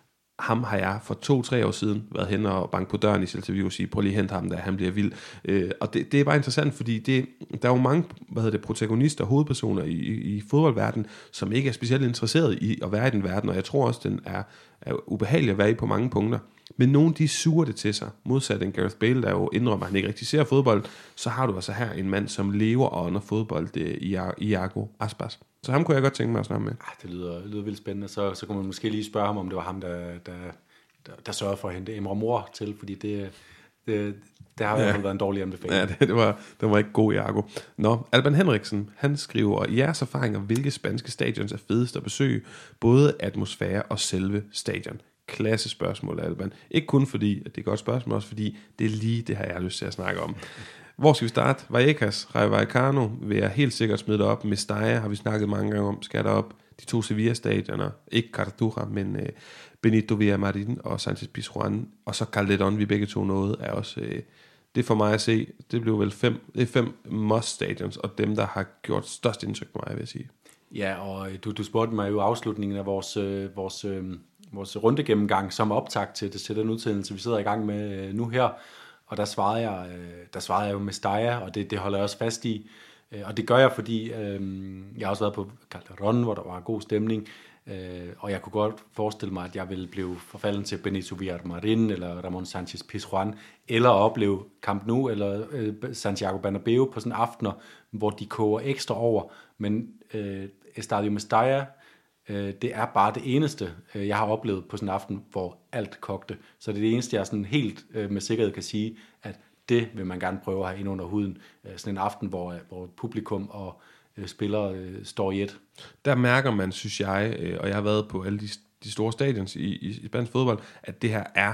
Ham har jeg for to-tre år siden været hen og banke på døren i Celta Vigo og sige, prøv lige at hente ham, da han bliver vild. Øh, og det, det er bare interessant, fordi det, der er jo mange, hvad hedder det, protagonister, hovedpersoner i, i, i fodboldverdenen, som ikke er specielt interesseret i at være i den verden, og jeg tror også, den er, er ubehagelig at være i på mange punkter. Men nogen, de suger det til sig, modsat en Gareth Bale, der jo indrømmer, at han ikke rigtig ser fodbold, så har du altså her en mand, som lever og under fodbold, det er Iago Aspas. Så ham kunne jeg godt tænke mig at snakke med. Ah, det lyder, lyder vildt spændende. Så, så kunne man måske lige spørge ham, om det var ham, der, der, der, der sørgede for at hente Emre Mor til, fordi det, det, det har i hvert fald været en dårlig anbefaling. Ja, det, det, var, det var ikke god, Iago. Nå, Alban Henriksen, han skriver, i jeres erfaringer, hvilke spanske stadions er fedest at besøge, både atmosfære og selve stadion? Klasse spørgsmål, Alban. Ikke kun fordi, at det er et godt spørgsmål, også fordi det er lige det her, jeg har lyst til at snakke om. Hvor skal vi starte? Vallecas, Rayo Vallecano vil jeg helt sikkert smide op. Mestalla har vi snakket mange gange om, skal der op. De to Sevilla-stadioner, ikke Cartuja, men uh, Benito Villamarín og Sánchez Pizjuán, og så Calderón, vi begge to nåede, er også, uh, det for mig at se, det blev vel fem, det er fem must-stadions, og dem, der har gjort størst indtryk på mig, vil jeg sige. Ja, og du, du spurgte mig jo afslutningen af vores, øh, vores, øh, vores rundegennemgang som optakt til, til den udsendelse, vi sidder i gang med øh, nu her, og der svarede jeg, øh, der svarede jeg jo Mestalla, og det, det holder jeg også fast i, øh, og det gør jeg, fordi øh, jeg har også været på Calderón, hvor der var god stemning, øh, og jeg kunne godt forestille mig, at jeg ville blive forfalden til Benito Villamarín eller Ramon Sánchez Pizjuán, eller opleve Camp Nou eller øh, Santiago Bernabéu på sådan aftener, hvor de koger ekstra over, men øh, Estadio Mestalla, øh, det er bare det eneste, øh, jeg har oplevet på sådan en aften, hvor alt kogte. Så det er det eneste, jeg sådan helt øh, med sikkerhed kan sige, at det vil man gerne prøve at have ind under huden. Øh, sådan en aften, hvor, hvor publikum og øh, spillere øh, står i et. Der mærker man, synes jeg, øh, og jeg har været på alle de, de store stadions i, i, i spansk fodbold, at det her er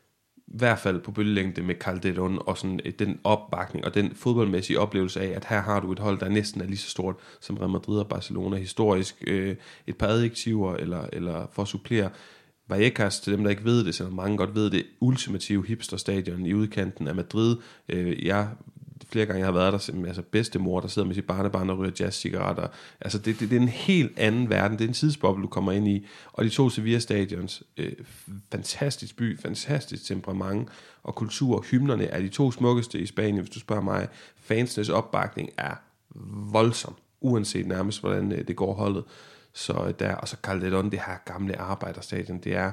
i hvert fald på bølgelængde med Calderón og sådan den opbakning og den fodboldmæssige oplevelse af, at her har du et hold, der næsten er lige så stort som Real Madrid og Barcelona historisk. Øh, et par adjektiver, eller, eller for at supplere Vallecas, til dem, der ikke ved det, selvom mange godt ved det, ultimative hipsterstadion i udkanten af Madrid. Øh, jeg flere gange jeg har været der, altså bedstemor, der sidder med sit barnebarn og ryger jazzcigaretter. Altså det, det, det er en helt anden verden. Det er en tidsboble, du kommer ind i. Og de to Sevilla-stadions, øh, fantastisk by, fantastisk temperament og kultur. Hymnerne er de to smukkeste i Spanien, hvis du spørger mig. Fansenes opbakning er voldsom, uanset nærmest, hvordan øh, det går holdet. Så der, og så Calderón, det her gamle arbejderstadion, det er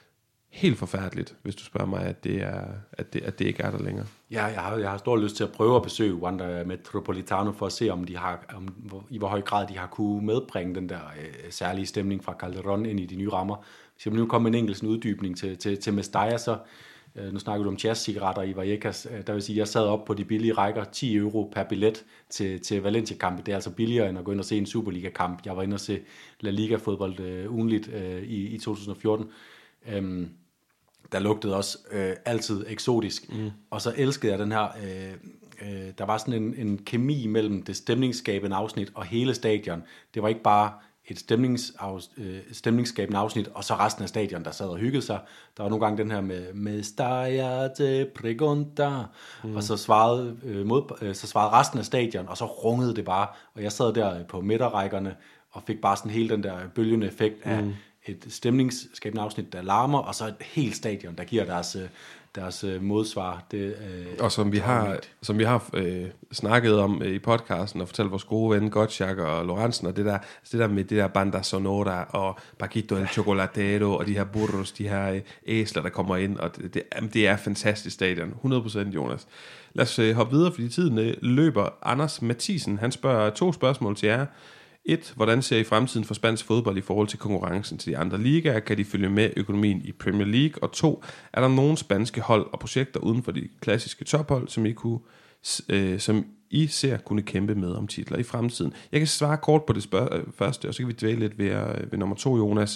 helt forfærdeligt, hvis du spørger mig, at det, er, at det, at det ikke er der længere. Ja, jeg har, jeg har stor lyst til at prøve at besøge Wanda Metropolitano for at se, om de har, om, hvor, i hvor høj grad de har kunne medbringe den der øh, særlige stemning fra Calderón ind i de nye rammer. Hvis jeg nu kommer en enkelt uddybning til, til, til Mestalla, så øh, nu snakker du om jazzcigaretter i Vallecas, øh, der vil sige, at jeg sad op på de billige rækker, ti euro per billet til, til Valencia-kampe. Det er altså billigere end at gå ind og se en Superliga-kamp. Jeg var inde og se La Liga-fodbold øh, ugenligt øh, i, i to tusind og fjorten. Øhm, der lugtede også øh, altid eksotisk, mm. og så elskede jeg den her, øh, øh, der var sådan en, en kemi mellem det stemningsskabende afsnit og hele stadion. Det var ikke bare et stemningsaf, øh, stemningsskabende afsnit, og så resten af stadion, der sad og hyggede sig. Der var nogle gange den her med, Mestalla te pregunta, mm. og så svarede, øh, mod, øh, så svarede resten af stadion, og så rungede det bare, og jeg sad der på midterrækkerne, og fik bare sådan hele den der bølgende effekt af mm. et stemningsskabende afsnit, der larmer, og så et helt stadion, der giver deres, deres modsvar. Det, øh, og som vi har, som vi har øh, snakket om øh, i podcasten, og fortalt vores gode ven Gottschalk og Lorentzen, og det der, altså det der med det der banda sonora, og Paquito el Chocolatero, og de her burros, de her øh, æsler, der kommer ind, og det, det, det er fantastisk stadion, hundrede procent Jonas. Lad os øh, hoppe videre, fordi tiden øh, løber. Anders Mathisen, han spørger to spørgsmål til jer. Et, hvordan ser I fremtiden for spansk fodbold i forhold til konkurrencen til de andre ligaer? Kan de følge med økonomien i Premier League? Og to, er der nogle spanske hold og projekter uden for de klassiske tophold, som I, kunne, øh, som I ser kunne kæmpe med om titler i fremtiden? Jeg kan svare kort på det spørg- øh, første, og så kan vi dvæle lidt ved, øh, ved nummer to, Jonas.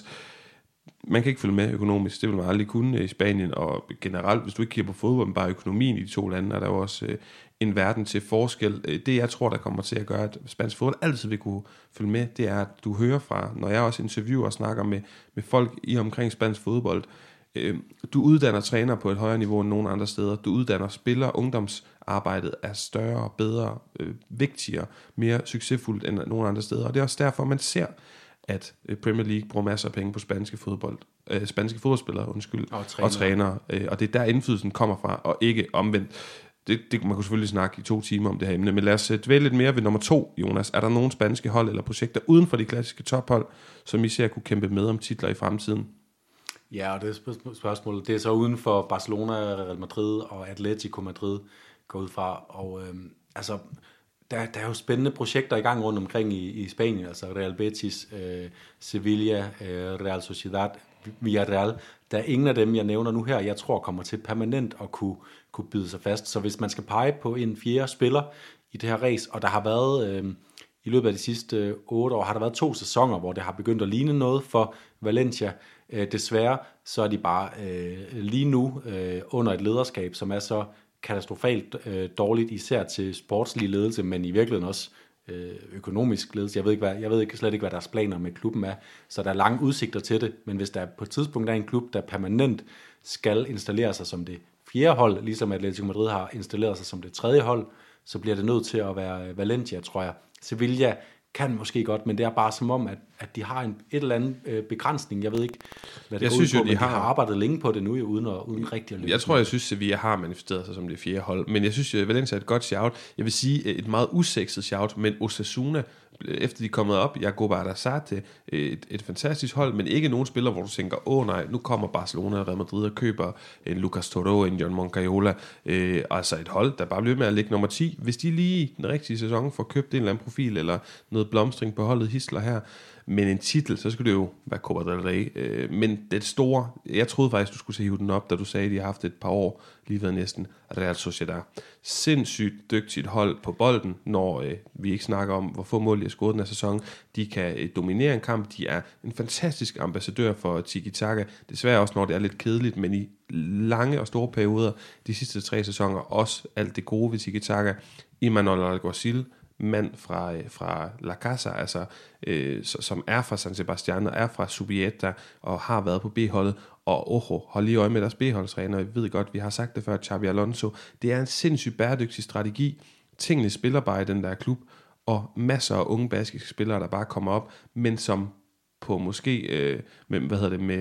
Man kan ikke følge med økonomisk, det vil man aldrig kunne i Spanien, og generelt, hvis du ikke kigger på fodbold, men bare økonomien i de to lande, er der jo også øh, en verden til forskel. Det, jeg tror, der kommer til at gøre, at spansk fodbold altid vil kunne følge med, det er, at du hører fra, når jeg også interviewer og snakker med, med folk i omkring spansk fodbold, øh, du uddanner træner på et højere niveau end nogen andre steder, du uddanner spillere, ungdomsarbejdet er større, bedre, øh, vigtigere, mere succesfuldt end nogen andre steder, og det er også derfor, man ser, at Premier League bruger masser af penge på spanske fodbold, øh, spanske fodboldspillere, undskyld, og trænere, og, trænere, øh, og det er der indflydelsen kommer fra, og ikke omvendt. Det, det, man kunne selvfølgelig snakke i to timer om det her emne, men lad os dvæle lidt mere ved nummer to, Jonas. Er der nogle spanske hold eller projekter uden for de klassiske tophold, som I ser kunne kæmpe med om titler i fremtiden? Ja, og det er spørgsmålet. Det er så uden for Barcelona, Real Madrid og Atletico Madrid går ud fra, og øhm, altså Der, der er jo spændende projekter i gang rundt omkring i, i Spanien, altså Real Betis, øh, Sevilla, øh, Real Sociedad, Villarreal. Der er ingen af dem, jeg nævner nu her, jeg tror kommer til permanent at kunne, kunne byde sig fast. Så hvis man skal pege på en fjerde spiller i det her race, og der har været øh, i løbet af de sidste øh, otte år, har der været to sæsoner, hvor det har begyndt at ligne noget for Valencia. Øh, desværre så er de bare øh, lige nu øh, under et lederskab, som er så katastrofalt øh, dårligt, især til sportslig ledelse, men i virkeligheden også øh, økonomisk ledelse. Jeg ved, ikke, hvad, jeg ved ikke, slet ikke, hvad deres planer med klubben er, så der er lange udsigter til det, men hvis der på et tidspunkt er en klub, der permanent skal installere sig som det fjerde hold, ligesom Atletico Madrid har installeret sig som det tredje hold, så bliver det nødt til at være Valencia, tror jeg. Sevilla kan måske godt, men det er bare som om, at, at de har en et eller andet øh, begrænsning. Jeg ved ikke, hvad det jeg går synes ud på, jo, de men har... de har arbejdet længe på det nu, uden, at, uden rigtig at løbe. Jeg tror, jeg synes, at Sevilla har manifesteret sig som det fjerde hold, men jeg synes, at Valencia er et godt shout. Jeg vil sige et meget usekset shout, men Osasuna, efter de er kommet op, Jacob Arrasate, et, et fantastisk hold, men ikke nogen spiller, hvor du tænker, åh oh, nej, nu kommer Barcelona og Real Madrid og køber en Lucas Toro, en John Moncayola, øh, altså et hold, der bare bliver med at ligge nummer ti. Hvis de lige i den rigtige sæson får købt en eller anden profil, eller noget blomstring på holdet hisler her, men en titel, så skulle det jo være Copa del Rey. Øh, men det store, jeg troede faktisk, du skulle se hive den op, da du sagde, at de har haft et par år, lige ved næsten, Real Sociedad. Sindssygt dygtigt hold på bolden, når øh, vi ikke snakker om, hvor få mål de har scoret den her sæson. De kan øh, dominere en kamp, de er en fantastisk ambassadør for tiki-taka. Desværre også, når det er lidt kedeligt, men i lange og store perioder, de sidste tre sæsoner, også alt det gode ved tiki-taka. Imanol Alguacil, mand fra, fra La Casa, altså, øh, som er fra San Sebastián og er fra Subieta og har været på B-holdet, og oho, hold lige øje med deres B-holdstræner, jeg ved godt, vi har sagt det før, Xabi Alonso, det er en sindssygt bæredygtig strategi, tingene spiller bare i den der klub, og masser af unge baskiske spillere, der bare kommer op, men som på måske, øh, med, hvad hedder det, med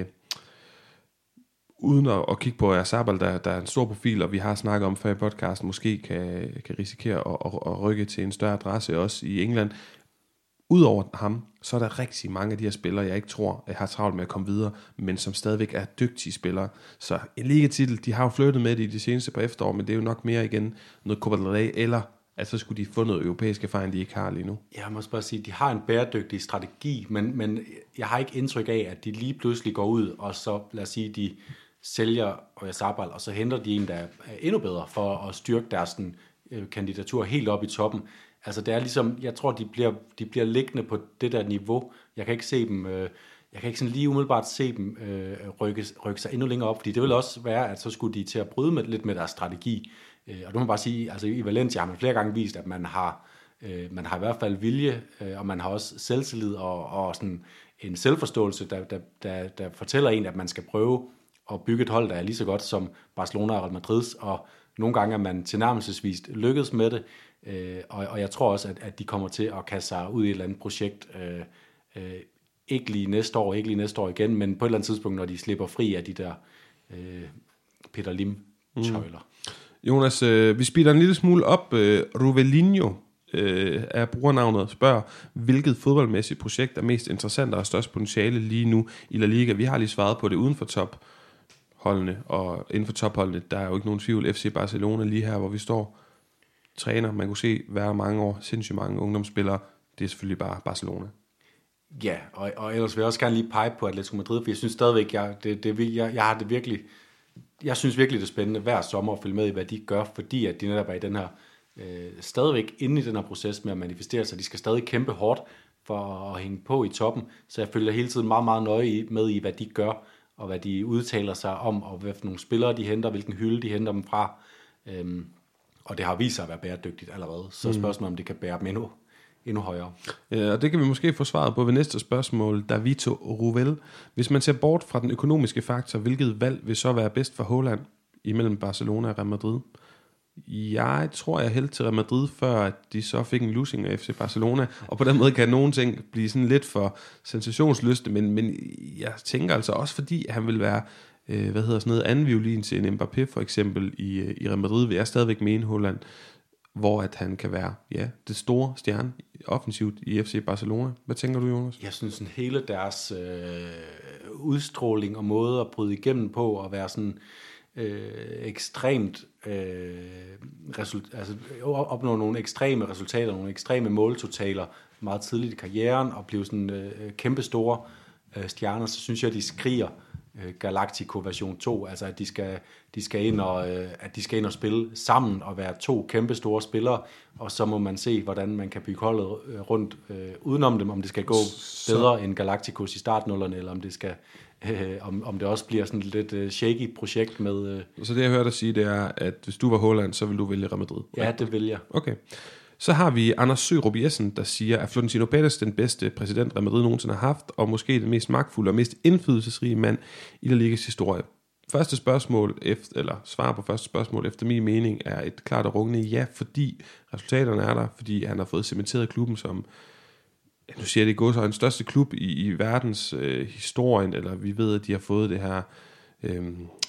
uden at, at kigge på Arzabal, der, der er en stor profil, og vi har snakket om før i podcasten, måske kan, kan risikere at, at, at rykke til en større adresse også i England. Udover ham, så er der rigtig mange af de her spillere, jeg ikke tror, jeg har travlt med at komme videre, men som stadigvæk er dygtige spillere. Så en ligatitel, de har jo flyttet med det i de seneste par efterår, men det er jo nok mere igen noget Copa del Rey, eller at så skulle de få noget europæisk erfaring, de ikke har lige nu. Jeg må bare sige, at de har en bæredygtig strategi, men, men jeg har ikke indtryk af, at de lige pludselig går ud, og så lad os sige, de sælger Oyarzabal, og så henter de en, der er endnu bedre for at styrke deres den, øh, kandidatur helt op i toppen. Altså det er ligesom, jeg tror, de bliver, de bliver liggende på det der niveau. Jeg kan ikke se dem, øh, jeg kan ikke sådan lige umiddelbart se dem øh, rykke, rykke sig endnu længere op, fordi det vil også være, at så skulle de til at bryde med, lidt med deres strategi. Øh, og du må bare sige, altså i Valencia har man flere gange vist, at man har, øh, man har i hvert fald vilje, øh, og man har også selvtillid og, og sådan en selvforståelse, der, der, der, der fortæller en, at man skal prøve og bygge et hold, der er lige så godt som Barcelona og Real Madrids, og nogle gange er man tilnærmelsesvist lykkedes med det, øh, og, og jeg tror også, at, at de kommer til at kaste sig ud i et eller andet projekt, øh, Øh, ikke lige næste år, ikke lige næste år igen, men på et eller andet tidspunkt, når de slipper fri af de der øh, Peter Lim-tøjler. Mm. Jonas, øh, vi speeder en lille smule op. Øh, Ruvelinho øh, er brugernavnet, spørger, hvilket fodboldmæssigt projekt er mest interessant og har størst potentiale lige nu i La Liga. Vi har lige svaret på det uden for topholdene, og inden for topholdene, der er jo ikke nogen tvivl. F C Barcelona lige her, hvor vi står, træner, man kunne se hver mange år, sindssygt mange ungdomsspillere. Det er selvfølgelig bare Barcelona. Ja, og, og ellers vil jeg også gerne lige pege på Atletico Madrid, for jeg synes stadigvæk, jeg, det, det, jeg, jeg har det virkelig, jeg synes virkelig, det er spændende hver sommer at følge med i, hvad de gør, fordi at de netop er i den her, øh, stadigvæk inde i den her proces med at manifestere sig. De skal stadig kæmpe hårdt for at hænge på i toppen, så jeg følger hele tiden meget, meget nøje med i, hvad de gør, og hvad de udtaler sig om, og hvad for nogle spillere de henter, hvilken hylde de henter dem fra. Øhm, og det har vist sig at være bæredygtigt allerede, så spørgsmålet om det kan bære dem endnu, endnu højere. Ja, og det kan vi måske få svaret på ved næste spørgsmål. Davito Ruvel. Hvis man ser bort fra den økonomiske faktor, hvilket valg vil så være bedst for Haaland imellem Barcelona og Real Madrid? Jeg tror, jeg hældte til Real Madrid, før at de så fik en losing af F C Barcelona, og på den måde kan nogle ting blive sådan lidt for sensationslyste, men, men jeg tænker altså også, fordi han vil være, øh, hvad hedder sådan noget, anden violin til en Mbappé for eksempel i, i Real Madrid, vil jeg stadigvæk mene Haaland, hvor at han kan være, ja, det store stjerne offensivt i F C Barcelona. Hvad tænker du, Jonas? Jeg synes, sådan hele deres øh, udstråling og måde at bryde igennem på, og være sådan øh, ekstremt øh, result, altså opnå nogle ekstreme resultater, nogle ekstreme måltotaler meget tidligt i karrieren, og blive sådan øh, kæmpe store øh, stjerner, så synes jeg, at de skriger Galactico version to, altså at de skal, de skal ind og øh, at de skal ind og spille sammen og være to kæmpe store spillere, og så må man se, hvordan man kan bygge holdet øh, rundt øh, udenom dem, om det skal gå så bedre end Galacticos i startnullerne, eller om det skal øh, om, om det også bliver sådan et lidt øh, shaky projekt med. Øh... Så det jeg hørte dig sige, det er, at hvis du var Haaland, så ville du vælge Real Madrid. Ja, det vil jeg. Okay. Så har vi Anders Sørup Jessen, der siger, at Florentino Pérez den bedste præsident, Real Madrid nogensinde har haft, og måske den mest magtfulde og mest indflydelsesrige mand i La Ligas historie. Første spørgsmål, efter, eller svar på første spørgsmål, efter min mening, er et klart og rungende ja, fordi resultaterne er der, fordi han har fået cementeret klubben som, ja, nu siger jeg det, går så en største klub i, i verdens øh, historien, eller vi ved, at de har fået det her øh,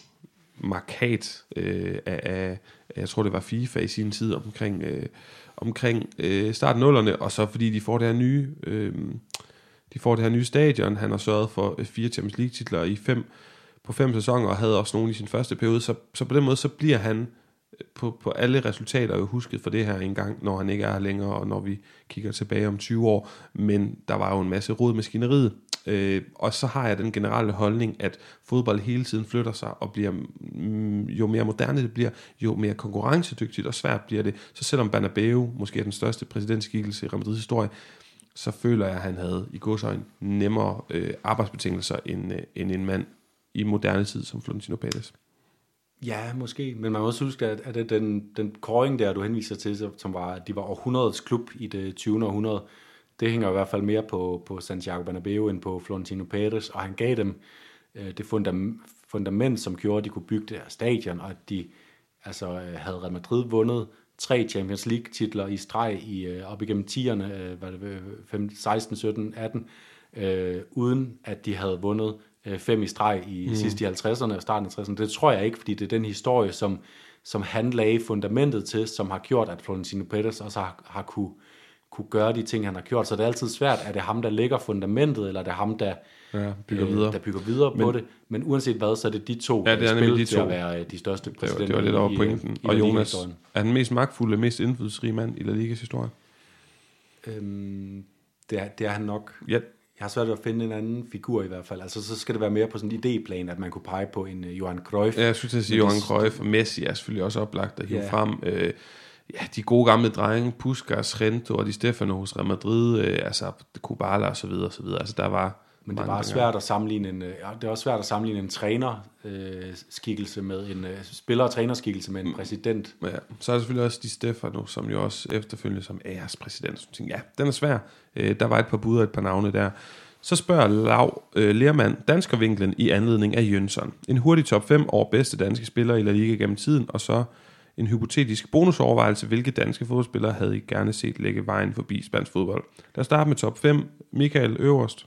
markat øh, af, af, jeg tror det var FIFA i sin tid omkring... Øh, omkring øh, starten nullerne, og så fordi de får det her nye øh, de får det her nye stadion. Han har sørget for øh, fire Champions League titler i fem på fem sæsoner, og havde også nogle i sin første periode, så, så på den måde, så bliver han på, på alle resultater jo husket for det her en gang, når han ikke er her længere, og når vi kigger tilbage om tyve år, men der var jo en masse rod maskineriet, øh, og så har jeg den generelle holdning, at fodbold hele tiden flytter sig, og bliver, mm, jo mere moderne det bliver, jo mere konkurrencedygtigt og svært bliver det, så selvom Bernabeu måske er den største præsidentskikkelse i Real Madrids historie, så føler jeg, at han havde i gåseøjne nemmere øh, arbejdsbetingelser, end, øh, end en mand i moderne tid som Florentino Pérez. Ja, måske, men man må også huske, at, at den, den kåring der, du henviser til, som var, at de var århundredets klub i det tyvende århundrede, det hænger i hvert fald mere på, på Santiago Bernabéu end på Florentino Pérez, og han gav dem øh, det fundament, fundament, som gjorde, at de kunne bygge det her stadion, og at de altså, havde Real Madrid vundet tre Champions League titler i streg i, øh, op igennem tierne, øh, var det femten, seksten, sytten, atten, øh, uden at de havde vundet fem i streg i mm. sidst i halvtredserne og starten af tresserne. Det tror jeg ikke, fordi det er den historie, som, som han lagde fundamentet til, som har gjort, at Florentino Pérez også har, har kunne, kunne gøre de ting, han har gjort. Så det er altid svært, er det ham, der lægger fundamentet, eller er det ham, der, ja, bygger, øh, videre. der bygger videre men, på det. Men uanset hvad, så er det de to, ja, det er spil de til to. at være de største præsidenter. Det var, det var lidt over pointen. I, i og Jonas, er den mest magtfulde, mest indflydelsesrige mand i La Ligas historie? Øhm, det, er, det er han nok. Ja. Jeg har svært ved at finde en anden figur i hvert fald. Altså, så skal det være mere på sådan en idéplan, at man kunne pege på en uh, Johan Cruyff. Ja, jeg skulle til at sige, Johan Cruyff og Messi er selvfølgelig også oplagt at hive ja. frem. Øh, ja, de gode gamle drenge, Puskas, Rento og Di Stefano hos Real Madrid, øh, altså Kubala og så videre, og så videre. Altså, der var Men det var svært at sammenligne en, ja, det er også svært at sammenligne en trænerskikkelse øh, med en øh, spiller- og trænerskikkelse med en præsident. Ja, så er der selvfølgelig også Di Stefano, som jo også efterfølgende som ærespræsident. Ja, den er svær. Øh, der var et par bud og et par navne der. Så spørger Lav øh, Lermand danskervinklen i anledning af Jønsson. En hurtig top fem over bedste danske spillere i La Liga gennem tiden, og så En hypotetisk bonusovervejelse, hvilke danske fodboldspillere havde I gerne set lægge vejen forbi spansk fodbold? Lad os starte med top fem. Michael øverst.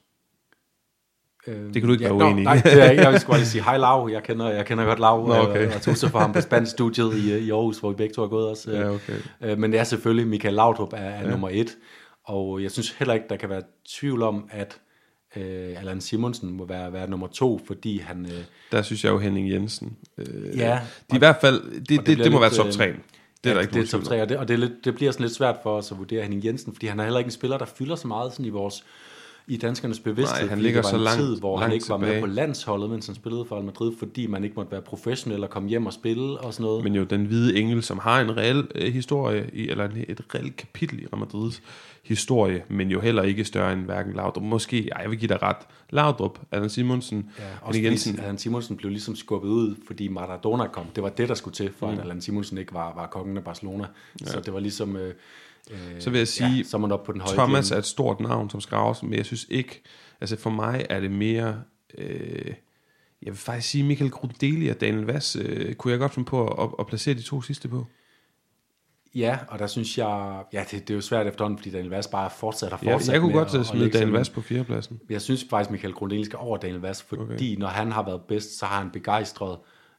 Det kan du ikke ja, være uenig i. Nej, det er, jeg vil bare sige hej Lau. Jeg kender, jeg kender godt Lau. Nå, okay. Og, og tog så for ham på spansk studiet i, i Aarhus, hvor vi begge to har gået også. Ja, okay. Men det er selvfølgelig Michael Laudrup er, er ja. nummer et. Og jeg synes heller ikke, der kan være tvivl om, at øh, Allan Simonsen må være, være nummer to, fordi han... Øh, der synes jeg jo Henning Jensen. Øh, ja. De i hvert fald, det, det, det, det må lidt, være top tre. Det er ja, der ikke det er top tre, og, det, og det, er lidt, det bliver sådan lidt svært for os at vurdere Henning Jensen, fordi han er heller ikke en spiller, der fylder så meget sådan i vores... i danskernes bevidsthed. Nej, han ligger så langt, tid, hvor han ikke var tilbage. med på landsholdet, mens han spillede for Real Madrid, fordi man ikke måtte være professionel og komme hjem og spille og sådan noget. Men jo den hvide engel, som har en reel øh, historie, i, eller et reelt kapitel i Real Madrids historie, men jo heller ikke større end hverken Laudrup. Måske, ej, jeg vil give dig ret. Laudrup, Allan Simonsen, ja, også Jensen. Allan Simonsen blev ligesom skubbet ud, fordi Maradona kom. Det var det, der skulle til, for mm. at Allan Simonsen ikke var, var kongen af Barcelona. Ja. Så det var ligesom... Øh, så vil jeg sige, ja, så man op på den høje Thomas game. Er et stort navn, som skal afs, men jeg synes ikke, altså for mig er det mere, øh, jeg vil faktisk sige Michael Grudeli og Daniel Vass, øh, kunne jeg godt finde på at, at placere de to sidste på. Ja, og der synes jeg, ja, det, det er jo svært efterhånden, fordi Daniel Vass bare fortsætter og ja, fortsætter. Jeg kunne godt at, smide Daniel Vass på fjerdepladsen. Jeg synes faktisk, Michael Grudeli skal over Daniel Vass, fordi okay. når han har været bedst, så har han begejstret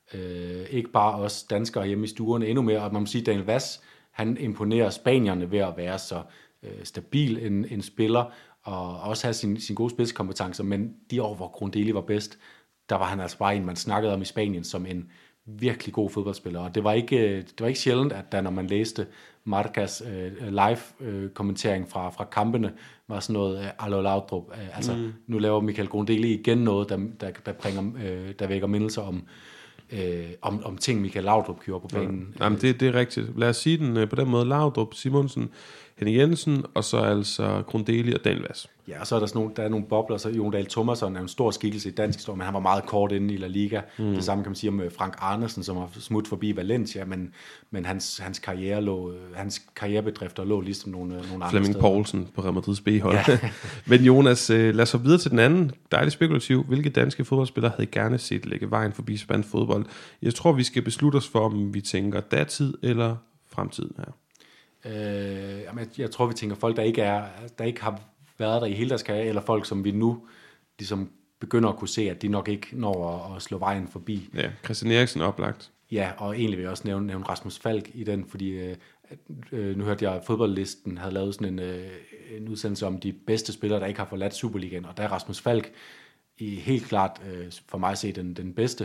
øh, ikke bare os danskere hjemme i stuerne endnu mere, og man må sige, Daniel Vass, han imponerer spanierne ved at være så øh, stabil en, en spiller, og også have sin, sin gode spidskompetencer, men de år, hvor Grudeli var bedst, der var han altså bare en, man snakkede om i Spanien, som en virkelig god fodboldspiller, og det var ikke, det var ikke sjældent, at da når man læste Marcas øh, live-kommentering øh, fra, fra kampene, var sådan noget, øh, Allo Laudrup, øh, altså mm. nu laver Michael Grudeli igen noget, der, der, der, bringer, øh, der vækker mindelser om, Øh, om, om ting, Michael Laudrup gjorde på banen. Ja. Jamen, det, det er rigtigt. Lad os sige den øh, på den måde. Laudrup, Simonsen, Henning Jensen, og så altså Grudeli og Daniel Vass. Ja, og så er der, sådan nogle, der er nogle bobler, så Jon Dahl Thomasson er en stor skikkelse i dansk historie, men han var meget kort inde i La Liga. Mm. Det samme kan man sige om Frank Arnesen, som har smut forbi Valencia, men, men hans, hans karriere lå, hans karrierebedrifter lå ligesom nogle, nogle andre Flemming steder. Poulsen på Real Madrids B-hold. Ja. Men Jonas, lad os så videre til den anden. Dejligt spekulativ. Hvilke danske fodboldspillere havde gerne set lægge vejen forbi spansk fodbold? Jeg tror, vi skal beslutte os for, om vi tænker datid eller fremtid her. Øh, jeg, jeg tror, vi tænker folk, der ikke er, der ikke har været der i hele deres karriere, eller folk, som vi nu ligesom begynder at kunne se, at de nok ikke når at, at slå vejen forbi. Ja, Christian Eriksen oplagt. Ja, og egentlig vil jeg også nævne, nævne Rasmus Falk i den, fordi øh, øh, nu hørte jeg, at fodboldlisten havde lavet sådan en, øh, en udsendelse om de bedste spillere, der ikke har forladt Superligaen, og der er Rasmus Falk i helt klart øh, for mig at se den, den bedste,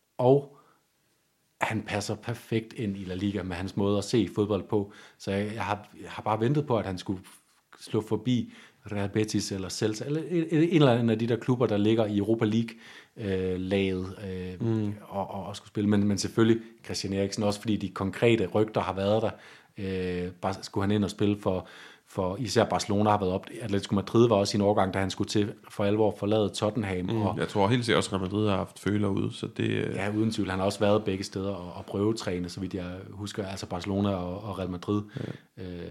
og han passer perfekt ind i La Liga med hans måde at se fodbold på, så jeg, jeg, har, jeg har bare ventet på, at han skulle slå forbi Real Betis eller Celta, eller en, en eller anden af de der klubber, der ligger i Europa League-laget øh, øh, mm. og, og, og skulle spille. Men, men selvfølgelig Christian Eriksen, også fordi de konkrete rygter har været der. Øh, bare skulle han ind og spille for, for især Barcelona har været op. Atletico Madrid var også i en overgang, da han skulle til for alvor forlade Tottenham. Mm. Og, jeg tror helt sikkert også, at Real Madrid har haft føler ud. Så det, øh... Ja, uden tvivl. Han har også været begge steder og, og prøvetræne, så vidt jeg husker, altså Barcelona og, og Real Madrid. Ja. Øh,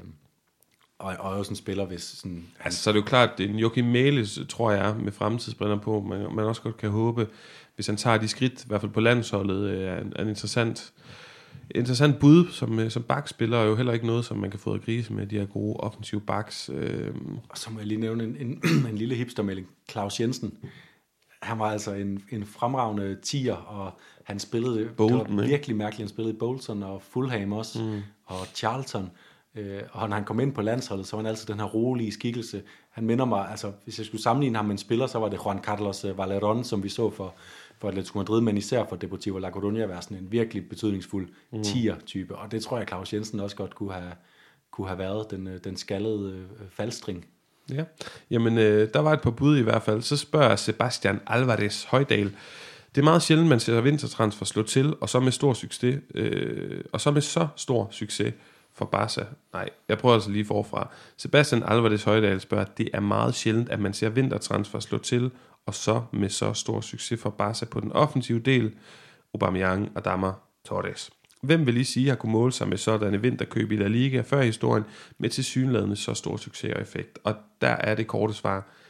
Og, og også en spiller, hvis sådan... Altså, så er det jo klart, det er en Joachim Mæles, tror jeg, med fremtidsbriller på, man, man også godt kan håbe, hvis han tager de skridt, i hvert fald på landsholdet, er en, er en interessant, interessant bud, som, som bakspiller, er jo heller ikke noget, som man kan få at grise med, de her gode offensive backs. Øh. Og så må jeg lige nævne en, en, en lille hipstermelding. Claus Jensen, han var altså en, en fremragende tier, og han spillede, Bolton, det var virkelig mærkeligt, han spillede i Bolton og Fulham også, mm. og Charlton. Øh, og når han kom ind på landsholdet, så var han altid den her rolige skikkelse. Han minder mig, altså hvis jeg skulle sammenligne ham med en spiller, så var det Juan Carlos Valerón, som vi så for, for Atletico Madrid, men især for Deportivo La Coruña, var sådan en virkelig betydningsfuld mm. tier-type. Og det tror jeg, Claus Jensen også godt kunne have, kunne have været, den, den skaldede øh, faldstring. Ja, jamen øh, der var et par bud i hvert fald. Så spørger Sebastian Alvarez Højdal. Det er meget sjældent, man ser vintertransfer slå til, og så med stor succes, øh, og så med så stor succes for Barca. Nej, jeg prøver altså lige forfra. Sebastian Alvarez Højdal spørger, det er meget sjældent, at man ser vintertransfer slå til, og så med så stor succes for Barca på den offensive del, Aubameyang, Adama, Torres. Hvem vil lige sige, har kunne måle sig med sådanne vinterkøb i La Liga før i historien, med tilsyneladende så stor succes og effekt? Og der er det korte svar,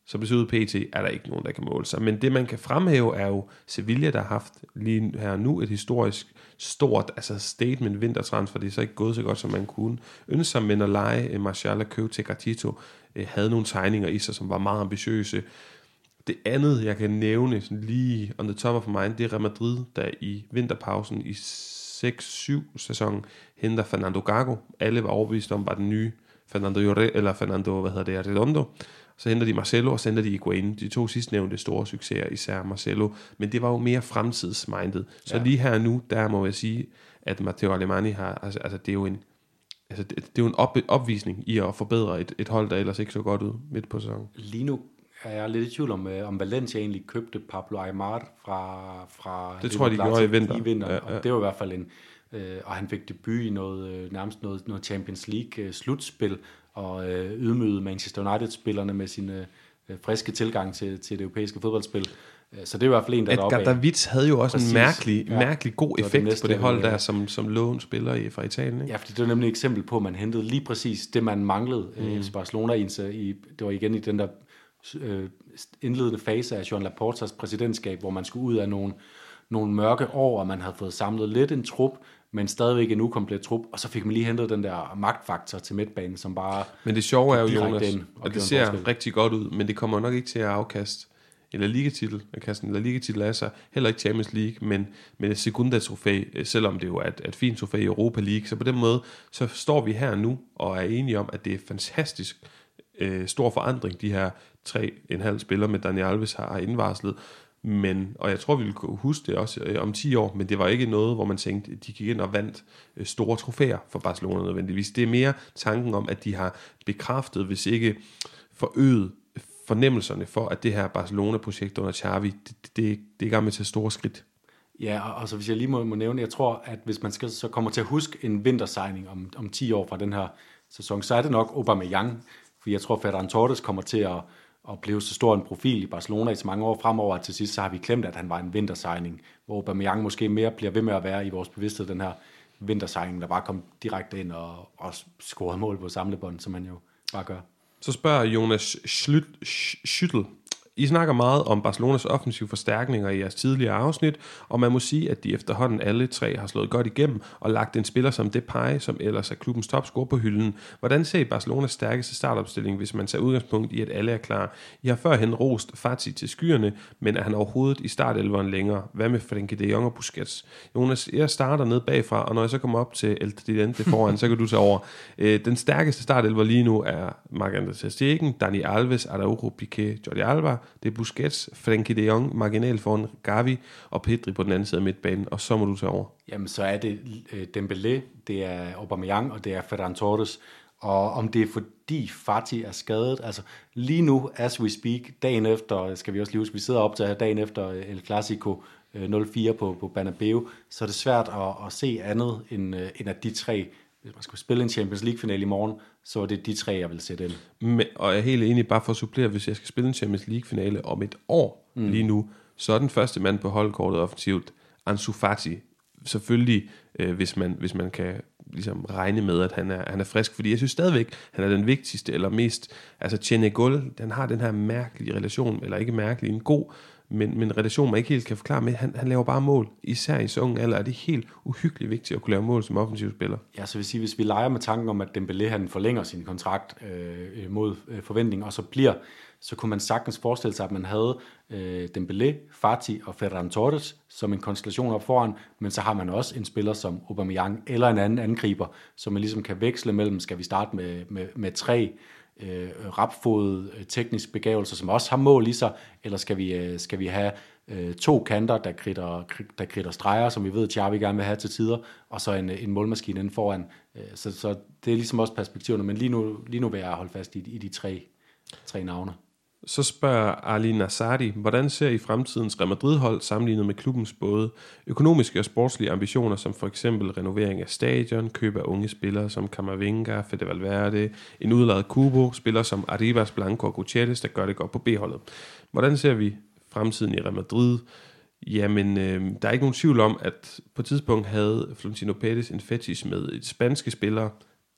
som det ser ud pt, er der ikke nogen, der kan måle sig. Men det, man kan fremhæve, er jo Sevilla, der har haft lige her nu et historisk stort, altså statement vintertransfer. Det er så ikke gået så godt, som man kunne ønske sig, men at lege Martial og købe til Gatito havde nogle tegninger i sig, som var meget ambitiøse. Det andet, jeg kan nævne sådan lige on the top of mind, det er Real Madrid, der i vinterpausen i seks syv sæsonen henter Fernando Gago. Alle var overbevist om, var den nye Fernando Llore, eller Fernando, hvad hedder det, Redondo. Så henter de Marcelo, og så henter de Higuaín. De to sidst nævnte store succeser, især Marcelo. Men det var jo mere fremtidsmindet. Så ja. Lige her nu, der må jeg sige, at Matteo Alemany har, altså, altså det er jo en, altså det, det er jo en op, opvisning i at forbedre et, et hold, der ellers ikke så godt ud midt på sæsonen. Lige nu er jeg lidt i tvivl om, om Valencia egentlig købte Pablo Aimar fra, fra det tror jeg, de gjorde i vinter. I vinter. Ja, ja. Og det var i hvert fald en, øh, og han fik debut i noget, nærmest noget, noget Champions League øh, slutspil, og øh, ydmygede Manchester United-spillerne med sin øh, friske tilgang til, til det europæiske fodboldspil. Så det er i hvert fald en, der Edgar deroppe af. Davids havde jo også Præcis. en mærkelig, ja. mærkelig god effekt det næste, på det hold der, som, som Lån spiller i fra Italien. Ikke? Ja, fordi det var nemlig et eksempel på, at man hentede lige præcis det, man manglede mm. i Barcelona. I, det var igen i den der øh, indledende fase af Joan Laportas præsidentskab, hvor man skulle ud af nogle, nogle mørke år, og man havde fået samlet lidt en trup, men stadigvæk en ukomplet trup, og så fik man lige hentet den der magtfaktor til midtbanen, som bare... Men det sjove er jo, Jonas, og, og det ser rigtig godt ud, men det kommer nok ikke til at afkaste en La Liga-titel, at kaste en La Liga-titel af sig, heller ikke Champions League, men, men et sekunda-trofæ, selvom det jo er et, et fint trofæ i Europa League. Så på den måde, så står vi her nu og er enige om, at det er fantastisk øh, stor forandring, de her tre og en halv spillere med Dani Alves har, har indvarslet. Men, og jeg tror, vi vil kunne huske det også øh, om ti år, men det var ikke noget, hvor man tænkte, de gik ind og vandt øh, store trofæer for Barcelona nødvendigvis. Det er mere tanken om, at de har bekræftet, hvis ikke forøget fornemmelserne for, at det her Barcelona-projekt under Xavi, det, det, det er i gang med at tage store skridt. Ja, og, og så hvis jeg lige må, må nævne, jeg tror, at hvis man skal, så kommer til at huske en vintersigning om, om ti år fra den her sæson, så er det nok Aubameyang, for jeg tror, Ferran Torres kommer til at, at blive så stor en profil i Barcelona i så mange år fremover, at til sidst så har vi glemt, at han var en vintersigning, hvor Aubameyang måske mere bliver ved med at være i vores bevidsthed, den her vintersigning, der bare kom direkte ind og, og scorede mål på samlebånd, som man jo bare gør. Så spørger Jonas Schüttel. I snakker meget om Barcelonas offensive forstærkninger i jeres tidligere afsnit, og man må sige, at de efterhånden alle tre har slået godt igennem og lagt en spiller som Depay, som ellers er klubbens topscorer, på hylden. Hvordan ser I Barcelonas stærkeste startopstilling, hvis man tager udgangspunkt i, at alle er klar? I har førhen rost Fati til skyerne, men er han overhovedet i startelveren længere? Hvad med Frenkie de Jong og Busquets? Jonas, jeg starter ned bagfra, og når jeg så kommer op til El Tridente foran, så kan du tage over. Den stærkeste startelver lige nu er Marc-André ter Stegen, Dani Alves, Araujo, Piqué, Jordi Alba. Det er Busquets, Frenkie de Jong, marginal foran Gavi og Pedri på den anden side af midtbanen, og så må du tage over. Jamen, så er det uh, Dembélé, det er Aubameyang, og det er Ferran Torres. Og om det er fordi Fati er skadet, altså lige nu, as we speak, dagen efter, skal vi også lige huske, vi sidder op til her dagen efter El Clasico uh, nul fire på, på Bernabeu, så er det svært at, at se andet, end, uh, end at de tre, hvis man skulle spille en Champions League-finale i morgen, så er det de tre, jeg vil sætte ind. Men, og jeg er helt enig, bare for at supplere, hvis jeg skal spille en Champions League-finale om et år mm. lige nu, så er den første mand på holdkortet offensivt Ansu Fati. Selvfølgelig, øh, hvis, man, hvis man kan ligesom regne med, at han er, han er frisk, fordi jeg synes stadigvæk, han er den vigtigste, eller mest, altså Chenegol, han har den her mærkelige relation, eller ikke mærkelig, en god, men, men en relation, man ikke helt kan forklare med, han, han laver bare mål, især i så ung alder, er det helt uhyggeligt vigtigt at kunne lave mål som offensiv spiller. Ja, så vil sige, hvis vi leger med tanken om, at Dembélé han forlænger sin kontrakt øh, mod øh, forventning, og så bliver, så kunne man sagtens forestille sig, at man havde øh, Dembélé, Fati og Ferran Torres som en konstellation op foran, men så har man også en spiller som Aubameyang eller en anden angriber, som man ligesom kan veksle mellem, skal vi starte med, med, med tre øh, rapfodede øh, tekniske begavelser, som også har mål i sig, eller skal vi, øh, skal vi have øh, to kanter, der kritter, der kritter streger, som vi ved, Xavi gerne vil have til tider, og så en, en målmaskine inden foran. Øh, så, så det er ligesom også perspektiverne, men lige nu, lige nu vil jeg holde fast i, i de tre, tre navne. Så spørger Ali Nassadi, hvordan ser I fremtidens Real Madrid-hold sammenlignet med klubbens både økonomiske og sportslige ambitioner, som for eksempel renovering af stadion, køb af unge spillere som Camavinga, Fede Valverde, en udlejet Kubo, spillere som Arribas, Blanco og Gutierrez, der gør det godt på B-holdet. Hvordan ser vi fremtiden i Real Madrid? Jamen, øh, der er ikke nogen tvivl om, at på et tidspunkt havde Florentino Pérez en fetish med et spanske spillere,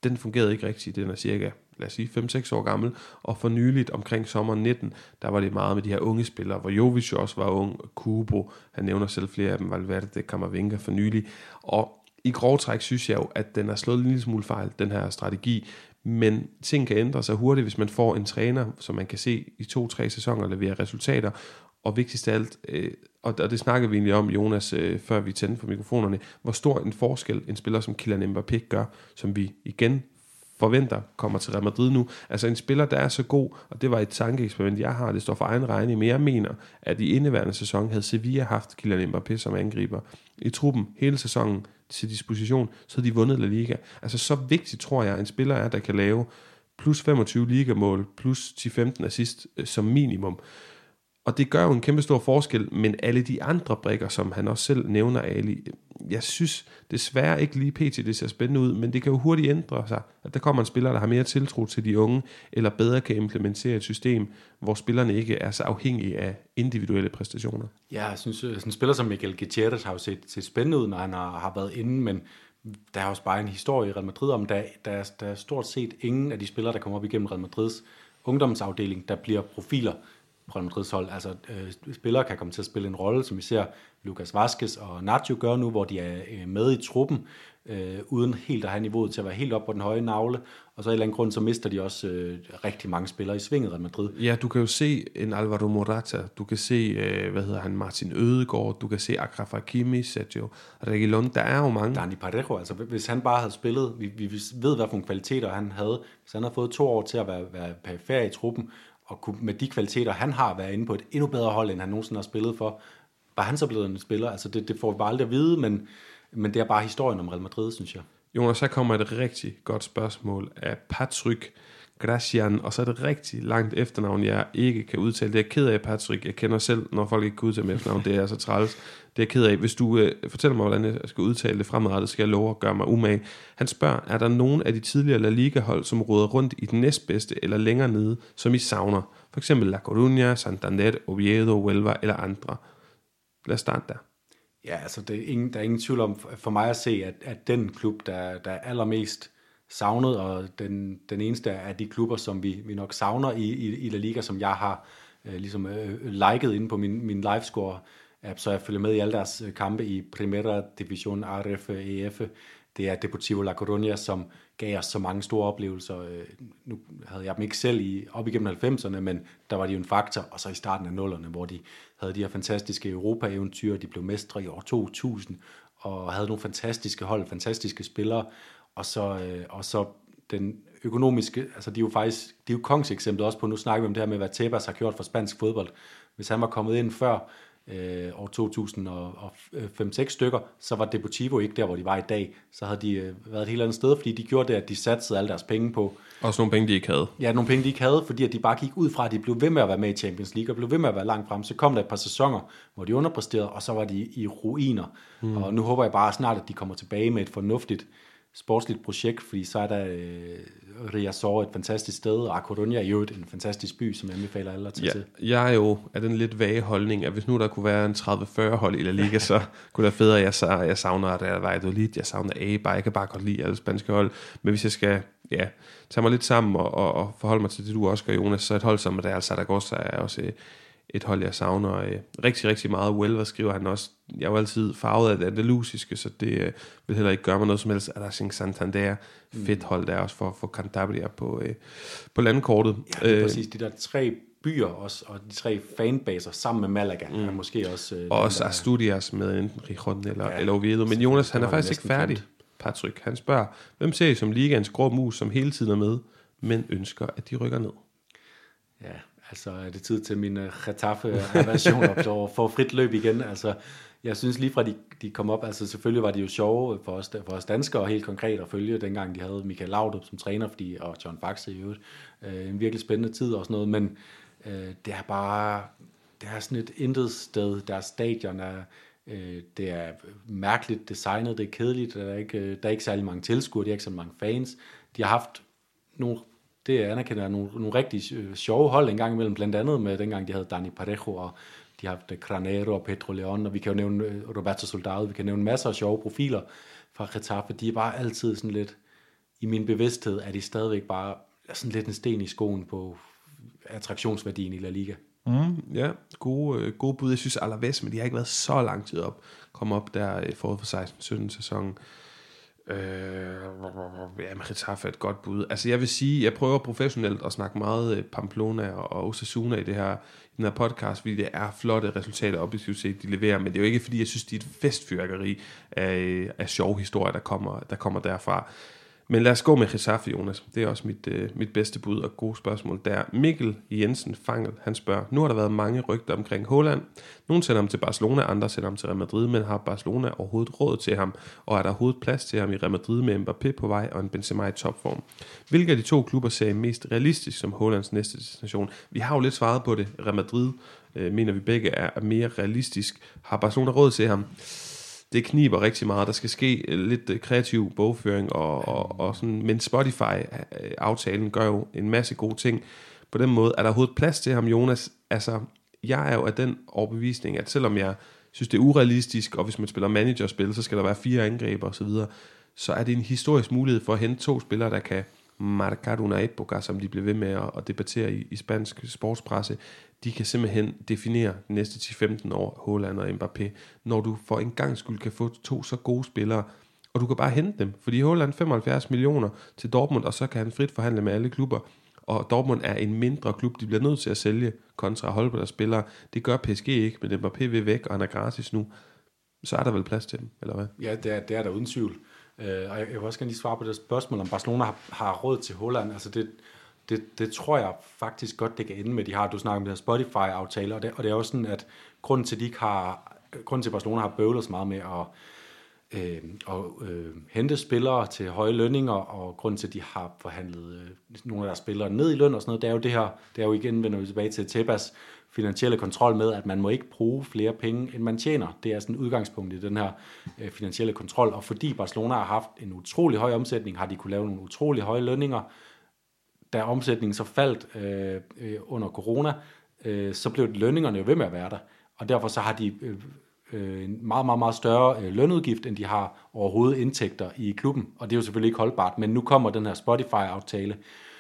den fungerede ikke rigtigt. Den er cirka, lad os sige, fem seks år gammel, og for nyligt omkring sommeren nitten, der var det meget med de her unge spillere, hvor Jovic også var ung, Kubo, han nævner selv flere af dem, Valverde, Camavinga for nylig, og i grov træk synes jeg jo, at den har slået en lille smule fejl, den her strategi, men ting kan ændre sig hurtigt, hvis man får en træner, som man kan se i to-tre sæsoner levere resultater, og vigtigst af alt, øh, og, og det snakkede vi egentlig om, Jonas, øh, før vi tændte for mikrofonerne, hvor stor en forskel en spiller som Kylian Mbappé gør, som vi igen forventer kommer til Real Madrid nu. Altså en spiller, der er så god, og det var et tankeeksperiment, jeg har, det står for egen regning, men jeg mener, at i indeværende sæson havde Sevilla haft Kylian Mbappé som angriber i truppen hele sæsonen til disposition, så havde de vundet La Liga. Altså så vigtigt tror jeg, en spiller er, der kan lave plus femogtyve ligamål, plus ti til femten assist øh, som minimum. Og det gør jo en kæmpe stor forskel, men alle de andre brikker, som han også selv nævner, Ali, jeg synes desværre ikke lige pt. Det ser spændende ud, men det kan jo hurtigt ændre sig, at der kommer en spiller, der har mere tiltro til de unge, eller bedre kan implementere et system, hvor spillerne ikke er så afhængige af individuelle præstationer. Ja, jeg synes, sådan en spiller som Miguel Gutierrez har jo set, set spændende ud, når han har, har været inde, men der er også bare en historie i Real Madrid om, der, der, er, der er stort set ingen af de spillere, der kommer op igennem Real Madrids ungdomsafdeling, der bliver profiler på Real Madrids hold. Altså øh, spillere kan komme til at spille en rolle, som vi ser Lucas Vazquez og Nacho gør nu, hvor de er øh, med i truppen, øh, uden helt at have niveauet til at være helt op på den høje navle, og så af en eller anden grund, så mister de også øh, rigtig mange spillere i svinget Real Madrid. Ja, du kan jo se en Alvaro Morata, du kan se, øh, hvad hedder han, Martin Ødegaard, du kan se Achraf Hakimi, Sergio Reguilon, der er jo mange. Dani Parejo, altså hvis han bare havde spillet, vi, vi ved, hvad for nogle kvaliteter han havde, hvis han havde fået to år til at være, være perifer i truppen, og kunne med de kvaliteter, han har været inde på et endnu bedre hold, end han nogensinde har spillet for, var han så blevet en spiller? Altså det, det får vi bare aldrig at vide, men, men det er bare historien om Real Madrid, synes jeg. Jonas, så kommer et rigtig godt spørgsmål af Patrick Gracian, og så er det rigtig langt efternavn, jeg ikke kan udtale. Det er jeg ked af, Patrick. Jeg kender selv, når folk ikke kan udtale med efternavn. Det er så træls. Det er jeg ked af. Hvis du øh, fortæller mig, hvordan jeg skal udtale det fremadrettet, skal jeg love at gøre mig umage. Han spørger, er der nogen af de tidligere La Liga-hold, som råder rundt i den næstbedste eller længere nede, som I savner? For eksempel La Coruña, Santander, Oviedo, Huelva eller andre. Lad os starte der. Ja, altså det er ingen, der er ingen tvivl om for mig at se, at, at den klub, der, der er allermest savnet, og den, den eneste af de klubber, som vi, vi nok savner i, i, i La Liga, som jeg har øh, ligesom øh, liket inde på min, min livescore-app, så jeg følger med i alle deres kampe i Primera Division, A R F, E F. Det er Deportivo La Coruña, som gav os så mange store oplevelser. Nu havde jeg dem ikke selv i, op igennem halvfemserne, men der var de jo en faktor, og så i starten af nullerne, hvor de havde de her fantastiske Europa-eventyr, de blev mestre i år to tusind, og havde nogle fantastiske hold, fantastiske spillere, og så, og så den økonomiske, altså de er jo faktisk, de er jo kongseksemplet også på, nu snakker vi om det her med, hvad Tebas har gjort for spansk fodbold. Hvis han var kommet ind før øh, år to tusind og fem seks stykker, så var Deportivo ikke der, hvor de var i dag. Så havde de øh, været et helt andet sted, fordi de gjorde det, at de satsede alle deres penge på. Også nogle penge, de ikke havde. Ja, nogle penge, de ikke havde, fordi at de bare gik ud fra, at de blev ved med at være med i Champions League, og blev ved med at være langt frem. Så kom der et par sæsoner, hvor de underpræsterede, og så var de i ruiner. Mm. Og nu håber jeg bare snart, at de kommer tilbage med et fornuftigt sportsligt projekt, fordi så er der øh, Riazor et fantastisk sted, og A Coruña er jo en fantastisk by, som jeg anbefaler alle at tage ja, til. Jeg er jo af den lidt vage holdning, at hvis nu der kunne være en tredive fyrre hold i La Liga, så kunne det være federe. Jeg, så, jeg savner Real Valladolid, jeg savner Eibar, jeg kan bare godt lide alle spanske hold, men hvis jeg skal ja, tage mig lidt sammen og, og, og forholde mig til det, du også gør, Jonas, så et hold som Real Zaragoza er også et hold, jeg savner øh, rigtig, rigtig meget. Huelva skriver han også. Jeg er jo altid farvet af det andalusiske, så det øh, vil heller ikke gøre mig noget som helst. Racing Santander, mm. fedt hold der også for, for Cantabria på, øh, på landkortet. Ja, det er præcis. De der tre byer også, og de tre fanbaser sammen med Malaga, mm. er måske også... Øh, og også der... Asturias med enten Rijon eller, ja, eller Oviedo. Men Jonas, han er faktisk ikke færdig. Fint. Patrick, han spørger, hvem ser I som ligaens grå mus, som hele tiden er med, men ønsker, at de rykker ned? Ja, altså er det tid til min uh, Getafe-version og få frit løb igen. Altså, jeg synes lige fra de, de kom op, altså selvfølgelig var de jo sjove for os, for os danskere helt konkret at følge, dengang de havde Michael Laudrup som træner, fordi, og John Faxe i øvrigt. Uh, en virkelig spændende tid og sådan noget, men uh, det er bare, det er sådan et intet sted, deres stadion er, uh, det er mærkeligt designet, det er kedeligt, der er ikke, uh, der er ikke særlig mange tilskuere, der er ikke så mange fans. De har haft nogle det anerkender nogle, nogle rigtig sjove hold en gang imellem, blandt andet med dengang de havde Dani Parejo, og de har haft Granero og Pedro Leon, og vi kan jo nævne Roberto Soldado, vi kan nævne masser af sjove profiler fra Getafe. De er bare altid sådan lidt i min bevidsthed er de stadigvæk bare sådan lidt en sten i skoen på attraktionsværdien i La Liga. Mm, ja, gode, gode bud. Jeg synes Alaves, men de har ikke været så lang tid op. Kom op der forud for seksten sytten sæsonen. Øh, ja, Getafe er et godt bud. Altså jeg vil sige, jeg prøver professionelt at snakke meget Pamplona og Osasuna i det her, i den her podcast, fordi det er flotte resultater objektivt set, de leverer, men det er jo ikke fordi, jeg synes, det er et festfyrkeri af, af sjove historier, der kommer, der kommer derfra. Men lad os gå med Getafe, Jonas. Det er også mit, øh, mit bedste bud og gode spørgsmål der. Mikkel Jensen Fangel, han spørger, nu har der været mange rygter omkring Haaland. Nogle sender ham til Barcelona, andre sender ham til Real Madrid, men har Barcelona overhovedet råd til ham? Og er der overhovedet plads til ham i Real Madrid med Mbappé på vej og en Benzema i topform? Hvilke af de to klubber ser mest realistisk som Haalands næste destination? Vi har jo lidt svaret på det. Real Madrid øh, mener vi begge er mere realistisk. Har Barcelona råd til ham? Det kniber rigtig meget. Der skal ske lidt kreativ bogføring, og, og, og sådan, men Spotify-aftalen gør jo en masse gode ting. På den måde, er der overhovedet plads til ham, Jonas? Altså, jeg er jo af den overbevisning, at selvom jeg synes, det er urealistisk, og hvis man spiller managerspil, så skal der være fire angreber osv., så, så er det en historisk mulighed for at hente to spillere, der kan marcar una época, som de bliver ved med at, at debattere i, i spansk sportspresse. De kan simpelthen definere de næste ti til femten år, Haaland og Mbappé, når du for en gang skyld kan få to så gode spillere, og du kan bare hente dem, fordi Haaland femoghalvfjerds millioner til Dortmund, og så kan han frit forhandle med alle klubber, og Dortmund er en mindre klub, de bliver nødt til at sælge kontra at holde på deres spillere. Det gør P S G ikke, men Mbappé vil væk, og han er gratis nu. Så er der vel plads til dem, eller hvad? Ja, det er, det er der uden tvivl. Uh, og jeg vil også gerne lige svare på det spørgsmål, om Barcelona har, har råd til Haaland. Altså det, det, det tror jeg faktisk godt, det kan ende med. De har, du snakker om det her Spotify-aftaler, og det, og det er også sådan, at grunden til, de ikke har, grunden til, at Barcelona har bøvlet så meget med at øh, og, øh, hente spillere til høje lønninger, og grunden til, at de har forhandlet øh, nogle af deres spillere ned i løn og sådan noget, det er jo det her, det er jo igen, vender vi tilbage til Tebas finansielle kontrol med, at man må ikke bruge flere penge, end man tjener. Det er sådan et udgangspunkt i den her øh, finansielle kontrol, og fordi Barcelona har haft en utrolig høj omsætning, har de kunne lave nogle utrolig høje lønninger. Da omsætningen så faldt øh, øh, under corona, øh, så blev lønningerne jo ved med at være der, og derfor så har de øh, øh, en meget, meget, meget større øh, lønudgift, end de har overhovedet indtægter i klubben, og det er jo selvfølgelig ikke holdbart, men nu kommer den her Spotify-aftale.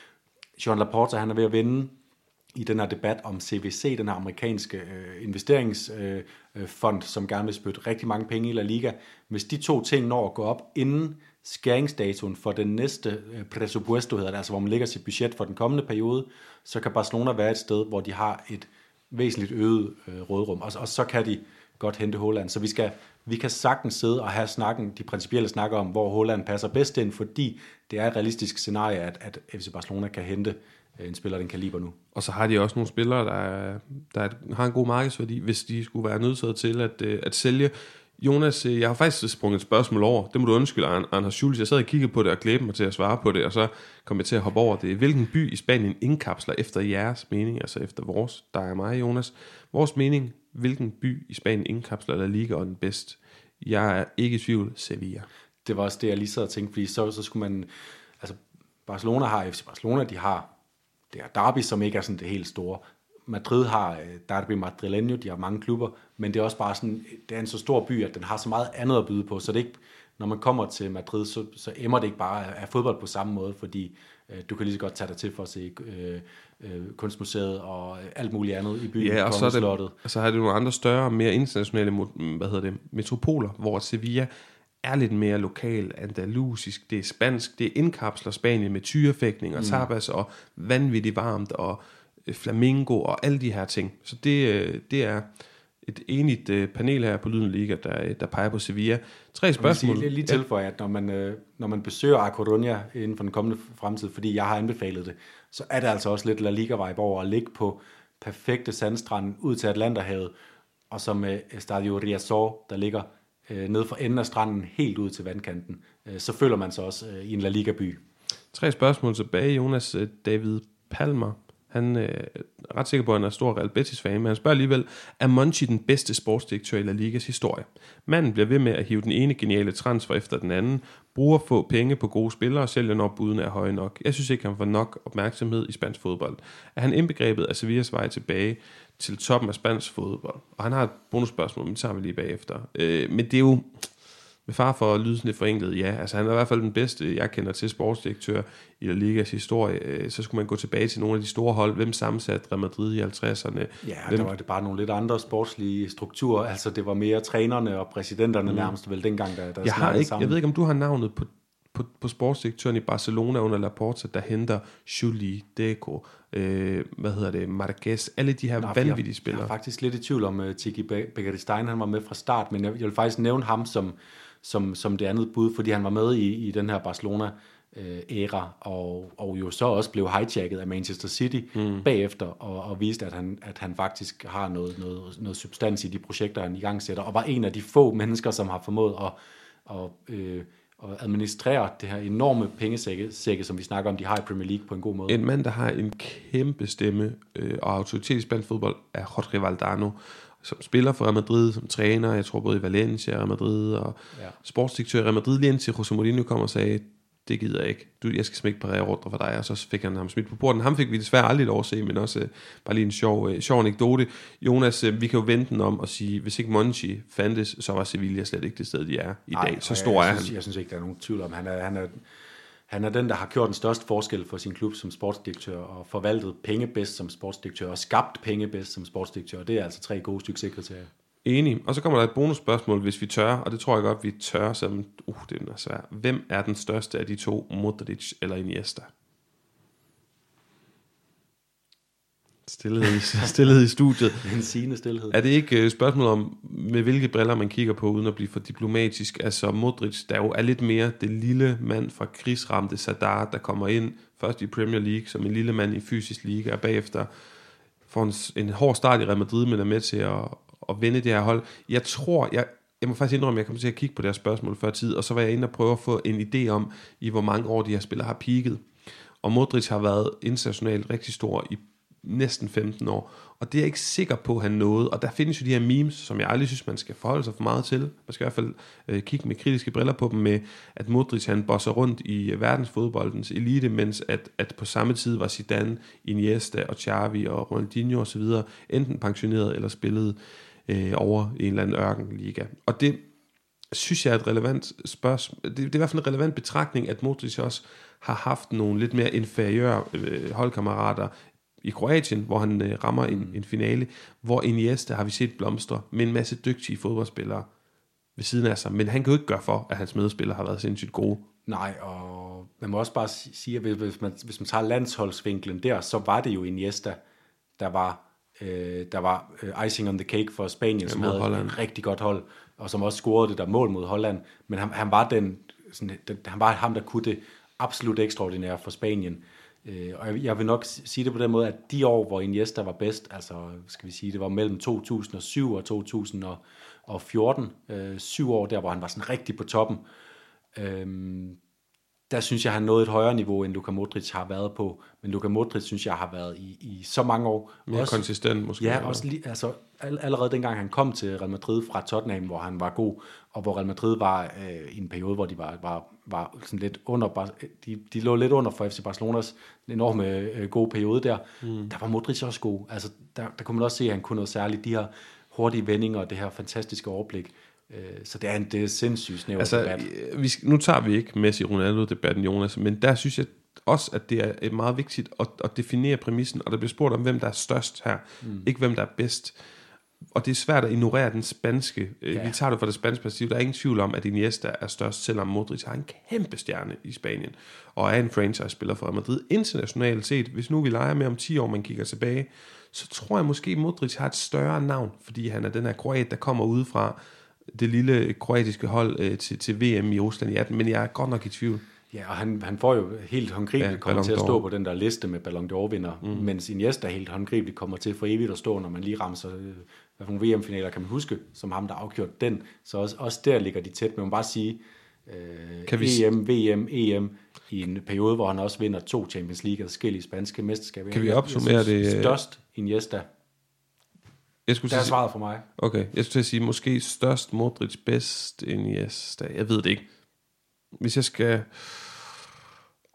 Joan Laporta, han er ved at vinde i den her debat om C V C, den her amerikanske øh, investeringsfond, øh, som gerne vil spytte rigtig mange penge i La Liga. Hvis de to ting når at gå op inden skæringsdatoen for den næste øh, presupuesto, hedder det, altså hvor man lægger sit budget for den kommende periode, så kan Barcelona være et sted, hvor de har et væsentligt øget øh, rådrum, og, og så kan de godt hente Haaland. Så vi, skal, vi kan sagtens sidde og have snakken, de principielle snakker om, hvor Haaland passer bedst ind, fordi det er et realistisk scenarie, at, at F C Barcelona kan hente en spiller den kaliber nu. Og så har de også nogle spillere, der, der har en god markedsværdi, hvis de skulle være nødsaget til at, at sælge. Jonas, jeg har faktisk sprunget et spørgsmål over. Det må du undskylde, Anders Schulz. Jeg sad og kiggede på det og glædte mig til at svare på det, og så kom jeg til at hoppe over det. Hvilken by i Spanien indkapsler efter jeres mening, altså efter vores, der er mig, Jonas, vores mening, hvilken by i Spanien indkapsler La Liga og den bedst? Jeg er ikke i tvivl, Sevilla. Det var også det, jeg lige sad og tænkte, fordi så, så skulle man, altså Barcelona har, F C Barcelona, de har det er derby, som ikke er sådan det helt store. Madrid har derby madrileño, de har mange klubber, men det er også bare sådan, det er en så stor by, at den har så meget andet at byde på, så det ikke, når man kommer til Madrid, så, så emmer det ikke bare af fodbold på samme måde, fordi øh, du kan lige så godt tage dig til for at se øh, øh, kunstmuseet og alt muligt andet i byen. Ja, og så, er det, og så har det nogle andre større, mere internationale hvad hedder det, metropoler, hvor Sevilla er lidt mere lokal, andalusisk, det er spansk, det indkapsler Spanien med tyrefægtning og mm. tapas og vanvittigt varmt og flamingo og alle de her ting. Så det, det er et enigt panel her på Lyden Liga, der, der peger på Sevilla. Tre spørgsmål. Jeg vil lige tilføje, at når man, når man besøger A Coruña inden for den kommende fremtid, fordi jeg har anbefalet det, så er det altså også lidt La Liga-vibe over at ligge på perfekte sandstranden ud til Atlanterhavet, og så med Estadio Riazor, der ligger øh, ned for enden af stranden helt ud til vandkanten. Øh, så føler man sig også øh, i en La Liga-by. Tre spørgsmål tilbage, Jonas. David Palmer, han øh, er ret sikker på, at han er stor Real Betis-fan, men han spørger alligevel, er Monchi den bedste sportsdirektør i La Ligas historie? Manden bliver ved med at hive den ene geniale transfer efter den anden, bruger få penge på gode spillere og sælger når buden er høje nok. Jeg synes ikke, han får nok opmærksomhed i spansk fodbold. Er han indbegrebet af Sevillas vej tilbage til toppen af spansk fodbold? Og han har et bonusspørgsmål, men det tager vi lige bagefter. Øh, men det er jo... med far for at lyde sådan lidt forenklet, ja. Altså han er i hvert fald den bedste, jeg kender til sportsdirektør i La Ligas historie. Så skulle man gå tilbage til nogle af de store hold. Hvem sammensatte Real Madrid i halvtredserne? Ja, Hvem... der var det bare nogle lidt andre sportslige strukturer. Altså det var mere trænerne og præsidenterne mm. nærmest vel dengang, der, der jeg har ikke, sammen. Jeg ved ikke, om du har navnet på, på, på sportsdirektøren i Barcelona under Laporta, der henter Juli, Deco, øh, hvad hedder det, Marquez, alle de her Nå, vanvittige jeg, spillere. Jeg er faktisk lidt i tvivl om uh, Tiki Begiristain, han var med fra start, men jeg, jeg vil faktisk nævne ham som, som, som det andet bud, fordi han var med i, i den her Barcelona æra, og, og jo så også blev hijacket af Manchester City mm. bagefter, og, og viste, at han, at han faktisk har noget, noget, noget substans i de projekter, han i gang sætter, og var en af de få mennesker, som har formået at, at, øh, at administrere det her enorme pengesække, sække, som vi snakker om, de har i Premier League på en god måde. En mand, der har en kæmpe stemme øh, og autoritet i spansk fodbold, er Jorge Valdano, som spiller for Real Madrid, som træner, jeg tror både i Valencia, Real Madrid, og ja. sportsdirektør i Real Madrid, lige indtil José Mourinho kom og sagde, det gider jeg ikke. Du, jeg skal simpelthen ikke parere ordre for dig. Og så fik han ham smidt på porten. Ham fik vi desværre aldrig lov at se, men også uh, bare lige en sjov, uh, sjov anekdote. Jonas, uh, vi kan jo vente den om og sige, hvis ikke Monchi fandtes, så var Sevilla slet ikke det sted, de er i Ej, dag. Så stor jeg, er synes, han. Jeg synes ikke, der er nogen tvivl om. Han er, han er, han er den, der har gjort den største forskel for sin klub som sportsdirektør, og forvaltet penge bedst som sportsdirektør, og skabt penge bedst som sportsdirektør. Og det er altså tre gode succeskriterier. Enig. Og så kommer der et bonusspørgsmål, hvis vi tør, og det tror jeg godt, vi tør, som, uh, det er svært. Hvem er den største af de to, Modric eller Iniesta? Stilhed i, stilhed i studiet. En sigende stilhed. Er det ikke et spørgsmål om, med hvilke briller man kigger på, uden at blive for diplomatisk? Altså Modric, der jo er lidt mere det lille mand fra krigsramte Sadar, der kommer ind først i Premier League som en lille mand i fysisk liga, og bagefter får en, en hård start i Real Madrid, men er med til at at vinde det her hold. Jeg tror, jeg, jeg må faktisk indrømme, at jeg kommer til at kigge på det her spørgsmål før tid, og så var jeg inde og prøve at få en idé om, i hvor mange år de her spillere har peaket. Og Modric har været internationalt rigtig stor i næsten femten år, og det er jeg ikke sikker på, at han nåede. Og der findes jo de her memes, som jeg aldrig synes, man skal forholde sig for meget til. Man skal i hvert fald øh, kigge med kritiske briller på dem, med at Modric han bosser rundt i verdensfodboldens elite, mens at, at på samme tid var Zidane, Iniesta og Xavi og Ronaldinho osv. enten pensioneret eller spillede øh, over en eller anden ørkenliga. Og det synes jeg er et relevant spørgsmål. Det, det er i hvert fald en relevant betragtning, at Modric også har haft nogle lidt mere inferiøre øh, holdkammerater i Kroatien, hvor han øh, rammer en, en finale, hvor Iniesta har vi set blomstre med en masse dygtige fodboldspillere ved siden af sig, men han kan jo ikke gøre for, at hans medspillere har været sindssygt gode. Nej, og man må også bare sige, at hvis man, hvis man tager landsholdsvinklen der, så var det jo Iniesta, der var, øh, der var øh, icing on the cake for Spanien, ja, som havde Holland. Et rigtig godt hold, og som også scorede det der mål mod Holland, men han, han var den, sådan, den, han var ham, der kunne det absolut ekstraordinære for Spanien. Øh, og jeg vil nok sige det på den måde, at de år, hvor Iniesta var bedst, altså skal vi sige, det var mellem to tusind og syv og to tusind og fjorten, øh, syv år der, hvor han var sådan rigtig på toppen, øh, der synes jeg, han nåede et højere niveau, end Luka Modric har været på. Men Luka Modric, synes jeg, har været i, i så mange år. Mere også, konsistent måske. Ja, også lige, altså, allerede dengang han kom til Real Madrid fra Tottenham, hvor han var god, og hvor Real Madrid var øh, i en periode, hvor de var, var, var sådan lidt under, de, de lå lidt under for F C Barcelonas enorme øh, gode periode der. Mm. Der var Modric også god. Altså, der, der kunne man også se, at han kunne noget særligt. De her hurtige vendinger og det her fantastiske overblik. Så det er en det er sindssygt snævert altså, debat. Vi, nu tager vi ikke Messi-Ronaldo-debatten, Jonas, men der synes jeg også, at det er meget vigtigt at, at definere præmissen, og der bliver spurgt om, hvem der er størst her, mm. ikke hvem der er bedst. Og det er svært at ignorere den spanske. Ja. Vi tager det fra det spanske perspektiv. Der er ingen tvivl om, at Iniesta er størst, selvom Modric har en kæmpe stjerne i Spanien, og er en franchise-spiller for Real Madrid. Internationalt set, hvis nu vi leger med om ti år, man kigger tilbage, så tror jeg måske, Modric har et større navn, fordi han er den her kroat, der kommer udefra det lille kroatiske hold øh, til, til V M i Rusland i atten, men jeg er godt nok i tvivl. Ja, og han, han får jo helt håndgribeligt ja, kommer til at stå på den der liste med Ballon d'Or-vinder, mm. mens Iniesta helt håndgribeligt kommer til for evigt at stå, når man lige ramser, hvad for nogle V M-finaler kan man huske, som ham, der afgjort den. Så også, også der ligger de tæt, men man må bare sige, øh, kan vi... E M, V M, E M, i en periode, hvor han også vinder to Champions League og forskellige spanske mesterskaber. Kan vi opsummere det? Størst Iniesta. Jeg skulle det er svaret for mig. Okay, jeg skulle til at sige, måske størst Modric, bedst Iniesta. Jeg ved det ikke. Hvis jeg skal...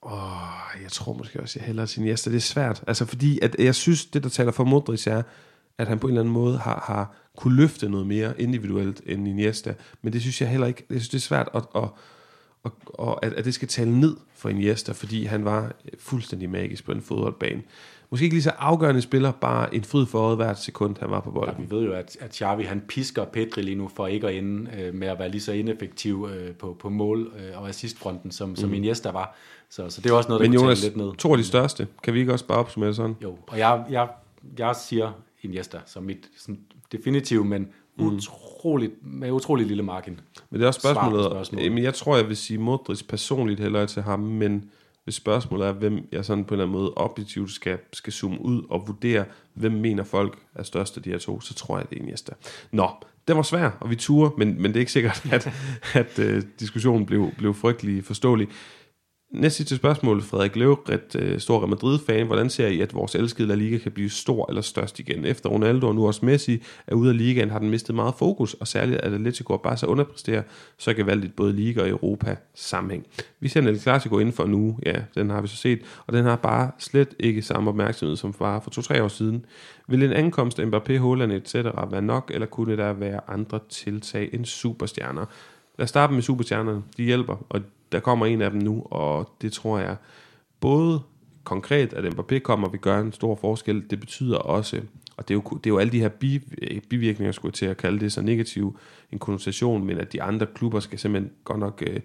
Åh, jeg tror måske også, jeg hellere til Iniesta. Det er svært. Altså fordi, at jeg synes, det der taler for Modric er, at han på en eller anden måde har, har kunne løfte noget mere individuelt end Iniesta. Men det synes jeg heller ikke, jeg synes det er svært at, at, at, at, at, at det skal tale ned for Iniesta, fordi han var fuldstændig magisk på en fodboldbane. Måske ikke lige så afgørende spiller, bare en fryd for øjet hvert sekund, han var på bolden. Ja, vi ved jo, at, at Xavi han pisker Pedri lige nu for ikke at ende øh, med at være lige så ineffektiv øh, på, på mål øh, og assistfronten, som, mm. som Iniesta var. Så, så det er også noget, der Men kunne Jonas, tale lidt ned. to af de største, kan vi ikke også bare opsummere sådan? Jo, og jeg, jeg, jeg siger Iniesta som mit sådan, definitiv, men mm. utroligt, med utrolig lille margin. Men det er også spørgsmålet, spørgsmål. men jeg tror, jeg vil sige Modric personligt hellere til ham, men hvis spørgsmålet er, hvem jeg sådan på en eller anden måde objektivt skal, skal zoome ud og vurdere, hvem mener folk er størst af de her to, så tror jeg, det er Iniesta. Nå, det var svært, og vi turer, men, men det er ikke sikkert, at, at uh, diskussionen blev, blev frygtelig forståelig. Næste sidste spørgsmål, Frederik Løvret, uh, stor Real Madrid-fan. Hvordan ser I, at vores elskede La Liga kan blive stor eller størst igen? Efter Ronaldo og nu også Messi er ude af ligaen, har den mistet meget fokus, og særligt at Atletico og Barca underpresterer, så kan valgt både Liga og Europa sammenhæng. Vi ser en El Clasico inden for en uge, ja, den har vi så set, og den har bare slet ikke samme opmærksomhed som var for to-tre år siden. Vil en ankomst af Mbappé, Haaland et cetera være nok, eller kunne der være andre tiltag end superstjerner? Lad os starte med superstjernerne. De hjælper, og der kommer en af dem nu, og det tror jeg både konkret, at Mbappé kommer, vil gøre en stor forskel. Det betyder også, og det er jo, det er jo alle de her bivirkninger, skulle jeg til at kalde det så negativ en konnotation, men at de andre klubber skal simpelthen godt nok øh,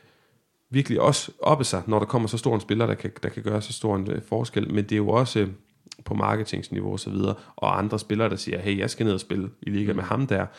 virkelig også oppe sig, når der kommer så stor en spiller, der kan, der kan gøre så stor en øh, forskel. Men det er jo også øh, på marketingsniveau og så videre, og andre spillere, der siger, hey, jeg skal ned og spille i liga med ham der.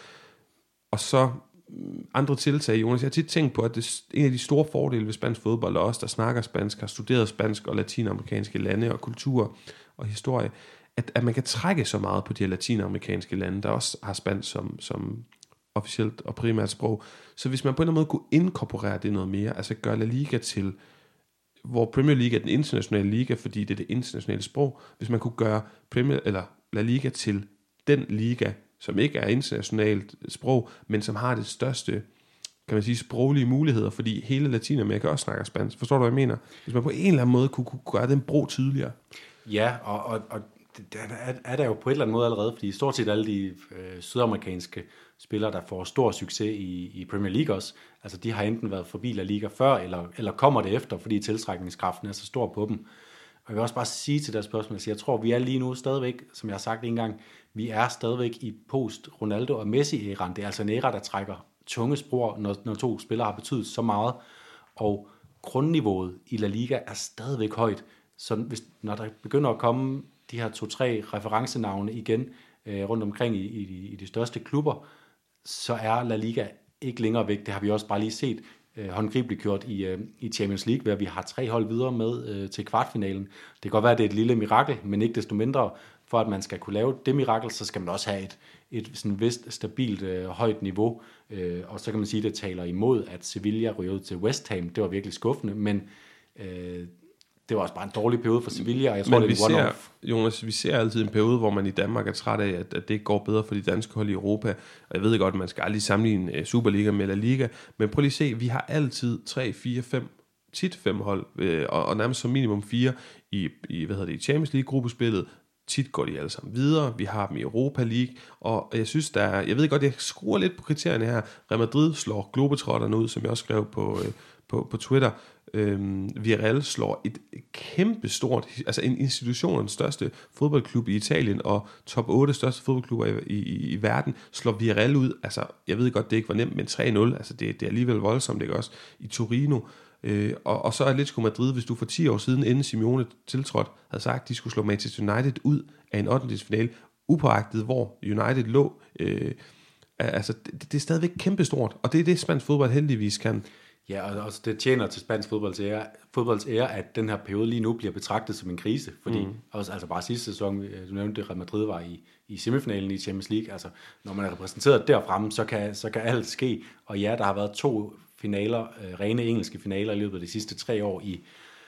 Og så andre tiltag, Jonas. Jeg har tit tænkt på, at det, en af de store fordele ved spansk fodbold, og os, der snakker spansk, har studeret spansk og latinamerikanske lande og kultur og historie, at, at man kan trække så meget på de her latinamerikanske lande, der også har spansk som, som officielt og primært sprog. Så hvis man på en eller anden måde kunne inkorporere det noget mere, altså gøre La Liga til, hvor Premier League er den internationale liga, fordi det er det internationale sprog, hvis man kunne gøre Premier, eller La Liga til den liga, som ikke er internationalt sprog, men som har det største, kan man sige, sproglige muligheder, fordi hele Latinamerika også snakker spansk. Forstår du, hvad jeg mener? Hvis man på en eller anden måde kunne, kunne gøre den bro tydeligere. Ja, og, og, og det er, er der jo på en eller anden måde allerede, fordi stort set alle de øh, sydamerikanske spillere, der får stor succes i, i Premier League også, altså de har enten været forbi La Liga før, eller, eller kommer det efter, fordi tiltrækningskraften er så stor på dem. Og jeg vil også bare sige til deres spørgsmål, at jeg tror, vi er lige nu stadigvæk, som jeg har sagt en gang, vi er stadigvæk i post-Ronaldo og Messi-æraen. Det er altså en æra, der trækker tunge spor, når, når to spillere har betydet så meget. Og grundniveauet i La Liga er stadigvæk højt. Så hvis, når der begynder at komme de her to-tre referencenavne igen øh, rundt omkring i, i, i de største klubber, så er La Liga ikke længere væk. Det har vi også bare lige set øh, håndgribeligt gjort i, øh, i Champions League, hvor vi har tre hold videre med øh, til kvartfinalen. Det kan godt være, at det er et lille mirakel, men ikke desto mindre, for at man skal kunne lave det mirakel, så skal man også have et, et sådan vist stabilt øh, højt niveau. Øh, og så kan man sige, at det taler imod, at Sevilla ryger ud til West Ham. Det var virkelig skuffende, men øh, det var også bare en dårlig periode for Sevilla, og jeg tror, men det er vi ser, Jonas, vi ser altid en periode, hvor man i Danmark er træt af, at, at det ikke går bedre for de danske hold i Europa. Og jeg ved godt, at man skal aldrig sammenligne Superliga med La Liga, men prøv lige at se, vi har altid tre, fire, fem, tit fem hold, øh, og, og nærmest som minimum fire i, i, hvad hedder det, i Champions League-gruppespillet. Tit går de alle sammen videre. Vi har dem i Europa League, og jeg synes, der er, jeg ved godt, jeg skruer lidt på kriterierne her. Real Madrid slår Globetrotterne ud, som jeg også skrev på, øh, på, på Twitter. Øhm, Villarreal slår et kæmpe stort, altså en institution, den største fodboldklub i Italien, og top otte største fodboldklubber i, i, i verden, slår Villarreal ud. Altså, jeg ved godt, det ikke var nemt, men tre nul, altså det, det er alligevel voldsomt, ikke også? I Torino. Øh, og, og så Atletico Madrid, hvis du for ti år siden, inden Simeone tiltrådte, havde sagt, at de skulle slå Manchester United ud af en ottendedelsfinale, upåagtet, hvor United lå. Øh, altså, det, det er stadigvæk kæmpestort, og det er det, spansk fodbold heldigvis kan. Ja, og også det tjener til spansk fodbolds ære, fodbolds ære, at den her periode lige nu bliver betragtet som en krise, fordi mm. også, altså bare sidste sæson, du nævnte, Real Madrid var i, i semifinalen i Champions League, altså når man er repræsenteret derfremme, så kan, så kan alt ske, og ja, der har været to finaler, øh, rene engelske finaler i løbet af de sidste tre år i,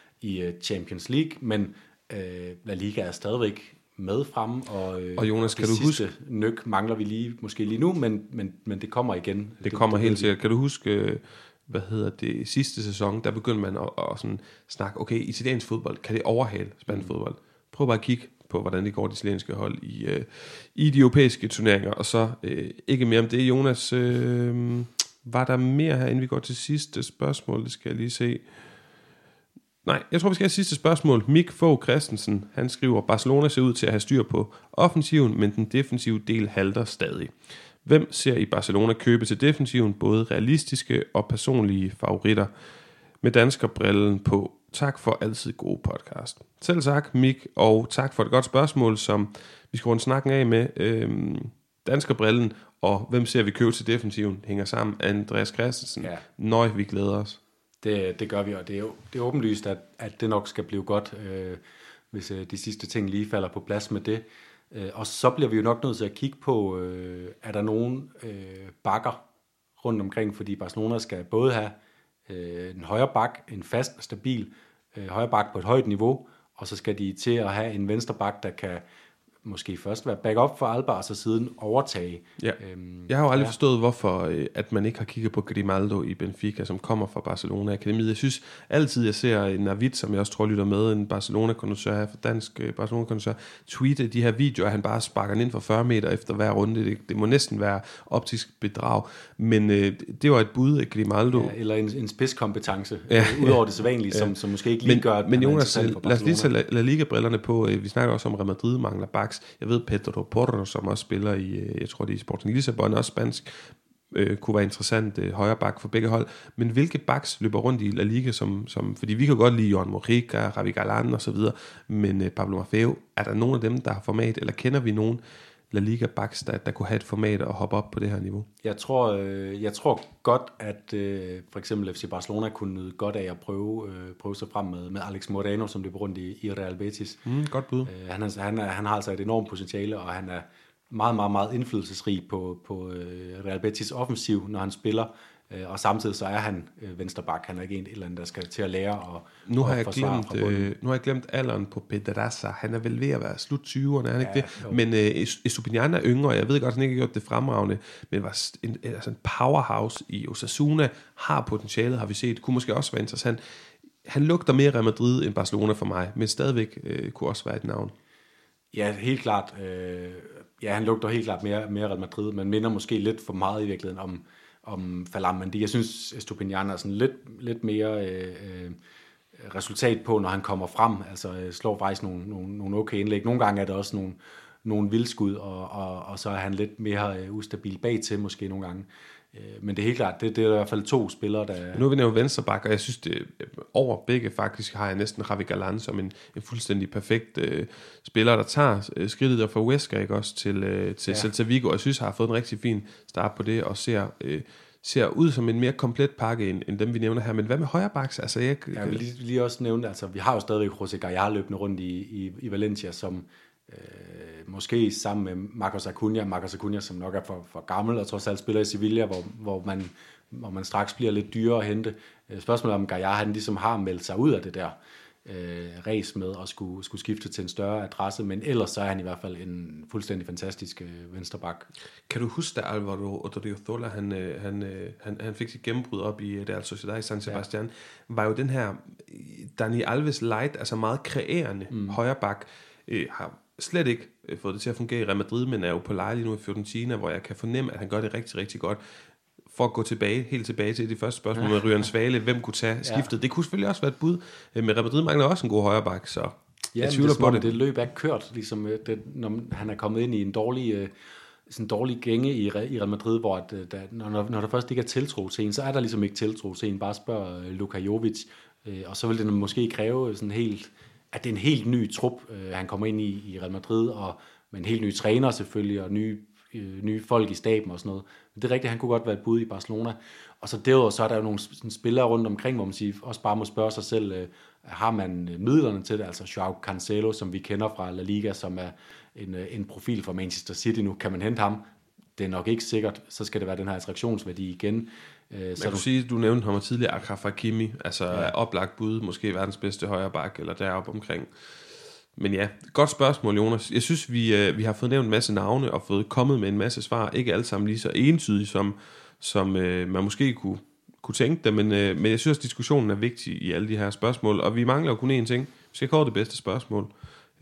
i uh, Champions League, men øh, La Liga er stadigvæk med fremme, og, øh, og Jonas, og kan det du sidste huske, nyk mangler vi lige, måske lige nu, men, men, men det kommer igen. Det, det kommer det, helt sikkert. Kan du huske, hvad hedder det, sidste sæson, der begyndte man at, at sådan snakke, okay, italiensk fodbold, kan det overhale spansk mm. fodbold? Prøv bare at kigge på, hvordan det går de chilenske hold i, øh, i de europæiske turneringer. Og så øh, ikke mere om det, Jonas. Øh, var der mere her, inden vi går til sidste spørgsmål? Det skal jeg lige se. Nej, jeg tror, vi skal have sidste spørgsmål. Mik Fogh Christensen, han skriver, Barcelona ser ud til at have styr på offensiven, men den defensive del halter stadig. Hvem ser i Barcelona købe til defensiven, både realistiske og personlige favoritter? Med danskerbrillen på. Tak for altid gode podcast. Selv tak, Mik, og tak for et godt spørgsmål, som vi skal runde snakken af med. Øhm, danskerbrillen, og hvem ser vi købe til defensiven, hænger sammen. Andreas Christensen. Ja. Nøj, vi glæder os. Det, det gør vi, og det er jo det er åbenlyst, at, at det nok skal blive godt, øh, hvis øh, de sidste ting lige falder på plads med det. Øh, og så bliver vi jo nok nødt til at kigge på, øh, er der nogen øh, bakker rundt omkring, fordi Barcelona skal både have øh, en højre bak, en fast og stabil øh, højre bak på et højt niveau, og så skal de til at have en venstre bak, der kan måske først være backup for Alba, og så siden overtage. Ja. Øhm, jeg har jo aldrig ja. forstået, hvorfor øh, at man ikke har kigget på Grimaldo i Benfica, som kommer fra Barcelona Akademiet. Jeg synes altid, jeg ser en Navid, som jeg også tror lytter med, en Barcelona-konducør her for dansk øh, Barcelona-konducør, tweete de her videoer, han bare sparker ind for fyrre meter efter hver runde. Det, det må næsten være optisk bedrag. Men øh, det var et bud af Grimaldo. Ja, eller en, en spidskompetence, ja. øh, udover det sædvanlige, ja. som, som måske ikke lige men, gør, at men Jonas, lad os lige tage La, La Liga-brillerne på. Vi snakker også om, Real Madrid mangler baks. Jeg ved, Pedro Porro, som også spiller i, jeg tror det er i Sporting Lissabon, også spansk, øh, kunne være interessant øh, højre bak for begge hold. Men hvilke backs løber rundt i La Liga, som, som fordi vi kan godt lide Johan Mojica, Javi Galán og så videre, men øh, Pablo Maffeo, er der nogen af dem, der har format, eller kender vi nogen La Liga backs, der, der kunne have et format og hoppe op på det her niveau? Jeg tror, øh, jeg tror godt, at øh, for eksempel F C Barcelona kunne nyde godt af at prøve, øh, prøve sig frem med, med Alex Moreno, som løber rundt i, i Real Betis. Mm, godt bud. Øh, han, er, han, er, han har altså et enormt potentiale, og han er meget, meget, meget indflydelsesrig på, på øh, Real Betis offensiv, når han spiller. Og samtidig så er han øh, vensterbak. Han er ikke en eller anden, der skal til at lære og, nu har og jeg forsvare glemt, øh, Nu har jeg glemt alderen på Pedraza. Han er vel ved at være slut tyverne, er han ja, ikke det? Jo. Men øh, Estupiñán er yngre, jeg ved godt, at han ikke har gjort det fremragende, men var en, altså en powerhouse i Osasuna, har potentialet, har vi set, kunne måske også være interessant. Han lugter mere Real Madrid end Barcelona for mig, men stadigvæk øh, kunne også være et navn. Ja, helt klart. Øh, ja, han lugter helt klart mere, mere Real Madrid, men minder måske lidt for meget i virkeligheden om om Ferland Mendy. Jeg synes, Estupiñán er sådan lidt, lidt mere øh, øh, resultat på, når han kommer frem. Altså øh, slår faktisk nogle, nogle, nogle okay indlæg. Nogle gange er det også nogle, nogle vildskud, og, og, og så er han lidt mere øh, ustabil bag til måske nogle gange. Øh, men det er helt klart, det, det er i hvert fald to spillere, der... Nu er vi nævnt venstreback, og jeg synes, det over begge faktisk har jeg næsten Javi Galán som en, en fuldstændig perfekt øh, spiller, der tager øh, skridtet der fra Huesca, ikke også, til, øh, til ja. Celta Vigo, og jeg synes, har fået en rigtig fin start på det, og ser... Øh, ser ud som en mere komplet pakke, end, end dem, vi nævner her. Men hvad med højrebacks? Altså, jeg, jeg vil lige, lige også nævne, altså, vi har jo stadigvæk José Gallá løbende rundt i, i, i Valencia, som øh, måske sammen med Marcos Acuna, Marcos Acuna, som nok er for, for gammel, og trods alt spiller i Sevilla, hvor, hvor, man, hvor man straks bliver lidt dyrere at hente. Spørgsmålet om Gallá, han ligesom har meldt sig ud af det der øh, race med at skulle, skulle skifte til en større adresse, men ellers så er han i hvert fald en fuldstændig fantastisk øh, vensterbak. Kan du huske, da Alvaro Odriozola, han, han, han, han fik sit gennembrud op i Real Sociedad i San Sebastian, ja. var jo den her Dani Alves light, altså meget kreerende mm. højrebak, øh, har slet ikke fået det til at fungere i Real Madrid, men er jo på leje lige nu i Fiorentina, hvor jeg kan fornemme, at han gør det rigtig, rigtig godt. For at gå tilbage, helt tilbage til de første spørgsmål med Ryan Svale, hvem kunne tage skiftet. Ja. Det kunne selvfølgelig også være et bud, men Real Madrid mangler også en god højreback, så ja, jeg tvivler på det. Det løb er kørt, ligesom det, når han er kommet ind i en dårlig, sådan en dårlig gænge i Real Madrid, hvor at, der, når, når der først ikke er tiltro til en, så er der ligesom ikke tiltro til en. Bare spørg Luka Jovic, og så vil det måske kræve sådan helt, at det er en helt ny trup, han kommer ind i, i Real Madrid, og med en helt ny træner selvfølgelig, og nye nye folk i staben og sådan noget. Men det er rigtigt, han kunne godt være et bud i Barcelona. Og så derudover, så er der jo nogle spillere rundt omkring, hvor man siger, også bare må spørge sig selv, øh, har man midlerne til det? Altså Joao Cancelo, som vi kender fra La Liga, som er en, en profil fra Manchester City nu. Kan man hente ham? Det er nok ikke sikkert. Så skal det være den her attraktionsværdi igen. Øh, så jeg du... sige, du nævnte ham tidligere, Achraf Hakimi, altså ja. Oplagt bud, måske verdens bedste højreback, eller deroppe omkring. Men ja, godt spørgsmål, Jonas. Jeg synes, vi, øh, vi har fået nævnt en masse navne og fået kommet med en masse svar. Ikke alle sammen lige så entydige, som, som øh, man måske kunne, kunne tænke det, men, øh, men jeg synes, at diskussionen er vigtig i alle de her spørgsmål, og vi mangler jo kun én ting. Vi skal kåre det bedste spørgsmål.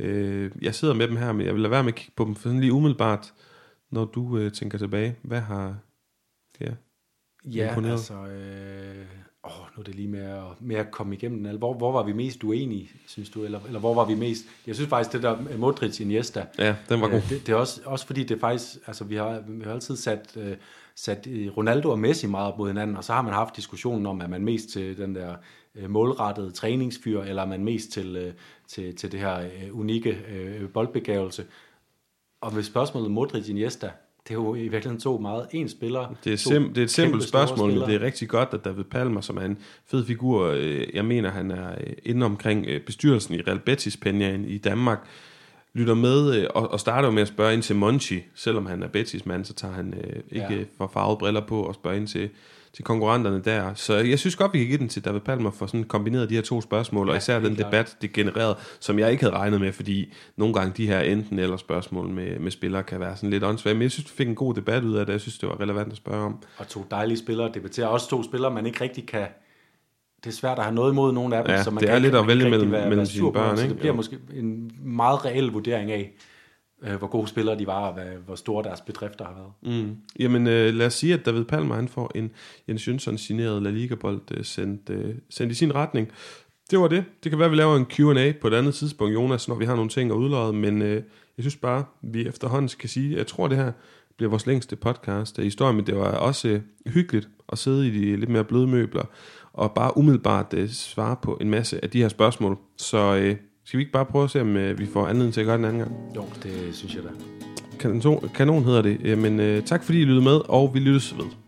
Øh, jeg sidder med dem her, men jeg vil lade være med at kigge på dem, for sådan lige umiddelbart, når du øh, tænker tilbage. Hvad har... Ja, ja imponeret? altså... Øh, åh, nu er det lige med at, med at komme igennem den. Hvor, hvor var vi mest uenige, synes du? Eller, eller hvor var vi mest... Jeg synes faktisk, det der Modric Iniesta... Ja, den var god. Øh, det, det er også, også fordi, det er faktisk... Altså, vi har, vi har altid sat... Øh, sat Ronaldo og Messi meget op mod hinanden, og så har man haft diskussionen om, at man mest til den der øh, målrettede træningsfyr, eller er man mest til, øh, til, til det her øh, unikke øh, boldbegavelse. Og med spørgsmålet Modric Iniesta, det er jo i virkeligheden to meget en spillere. Det er, sim, det er et simpelt spørgsmål, men det er rigtig godt, at David Palmer, som er en fed figur, øh, jeg mener, han er øh, inde omkring øh, bestyrelsen i Real Betis Peña i Danmark, lytter med øh, og, og starter jo med at spørge ind til Monchi. Selvom han er Betis-mand, så tager han øh, ikke ja. for farvede briller på og spørger ind til, til konkurrenterne der. Så jeg synes godt, vi kan give den til David Palmer for sådan kombineret de her to spørgsmål, ja, og især den klart. debat, det genererede, som jeg ikke havde regnet med, fordi nogle gange de her enten eller spørgsmål med, med spillere kan være sådan lidt åndssvage. Men jeg synes, vi fik en god debat ud af det. Jeg synes, det var relevant at spørge om. Og to dejlige spillere debatterer. Også to spillere, man ikke rigtig kan... Det er svært at have noget imod nogen af dem, ja, så man det kan er lidt ikke, at vælge mellem, være, mellem være sine børn. Så ikke? det bliver jo. måske en meget reel vurdering af, øh, hvor gode spillere de var, og hvad, hvor store deres bedrifter har været. Mm. Jamen øh, lad os sige, at David Palmer han får en Jens Jønsson signeret La Liga-bold øh, sendt, øh, sendt i sin retning. Det var det. Det kan være, at vi laver en Q and A på et andet tidspunkt, Jonas, når vi har nogle ting at udlade, men øh, jeg synes bare, vi efterhånden kan sige, jeg tror, det her bliver vores længste podcast af historien, men det var også øh, hyggeligt at sidde i de lidt mere bløde møbler, og bare umiddelbart øh, svare på en masse af de her spørgsmål. Så øh, skal vi ikke bare prøve at se, om øh, vi får anledning til at gøre den anden gang? Jo, det synes jeg da. Kanon, kanon hedder det. Jamen, øh, tak fordi I lyttede med, og vi lyttes ved.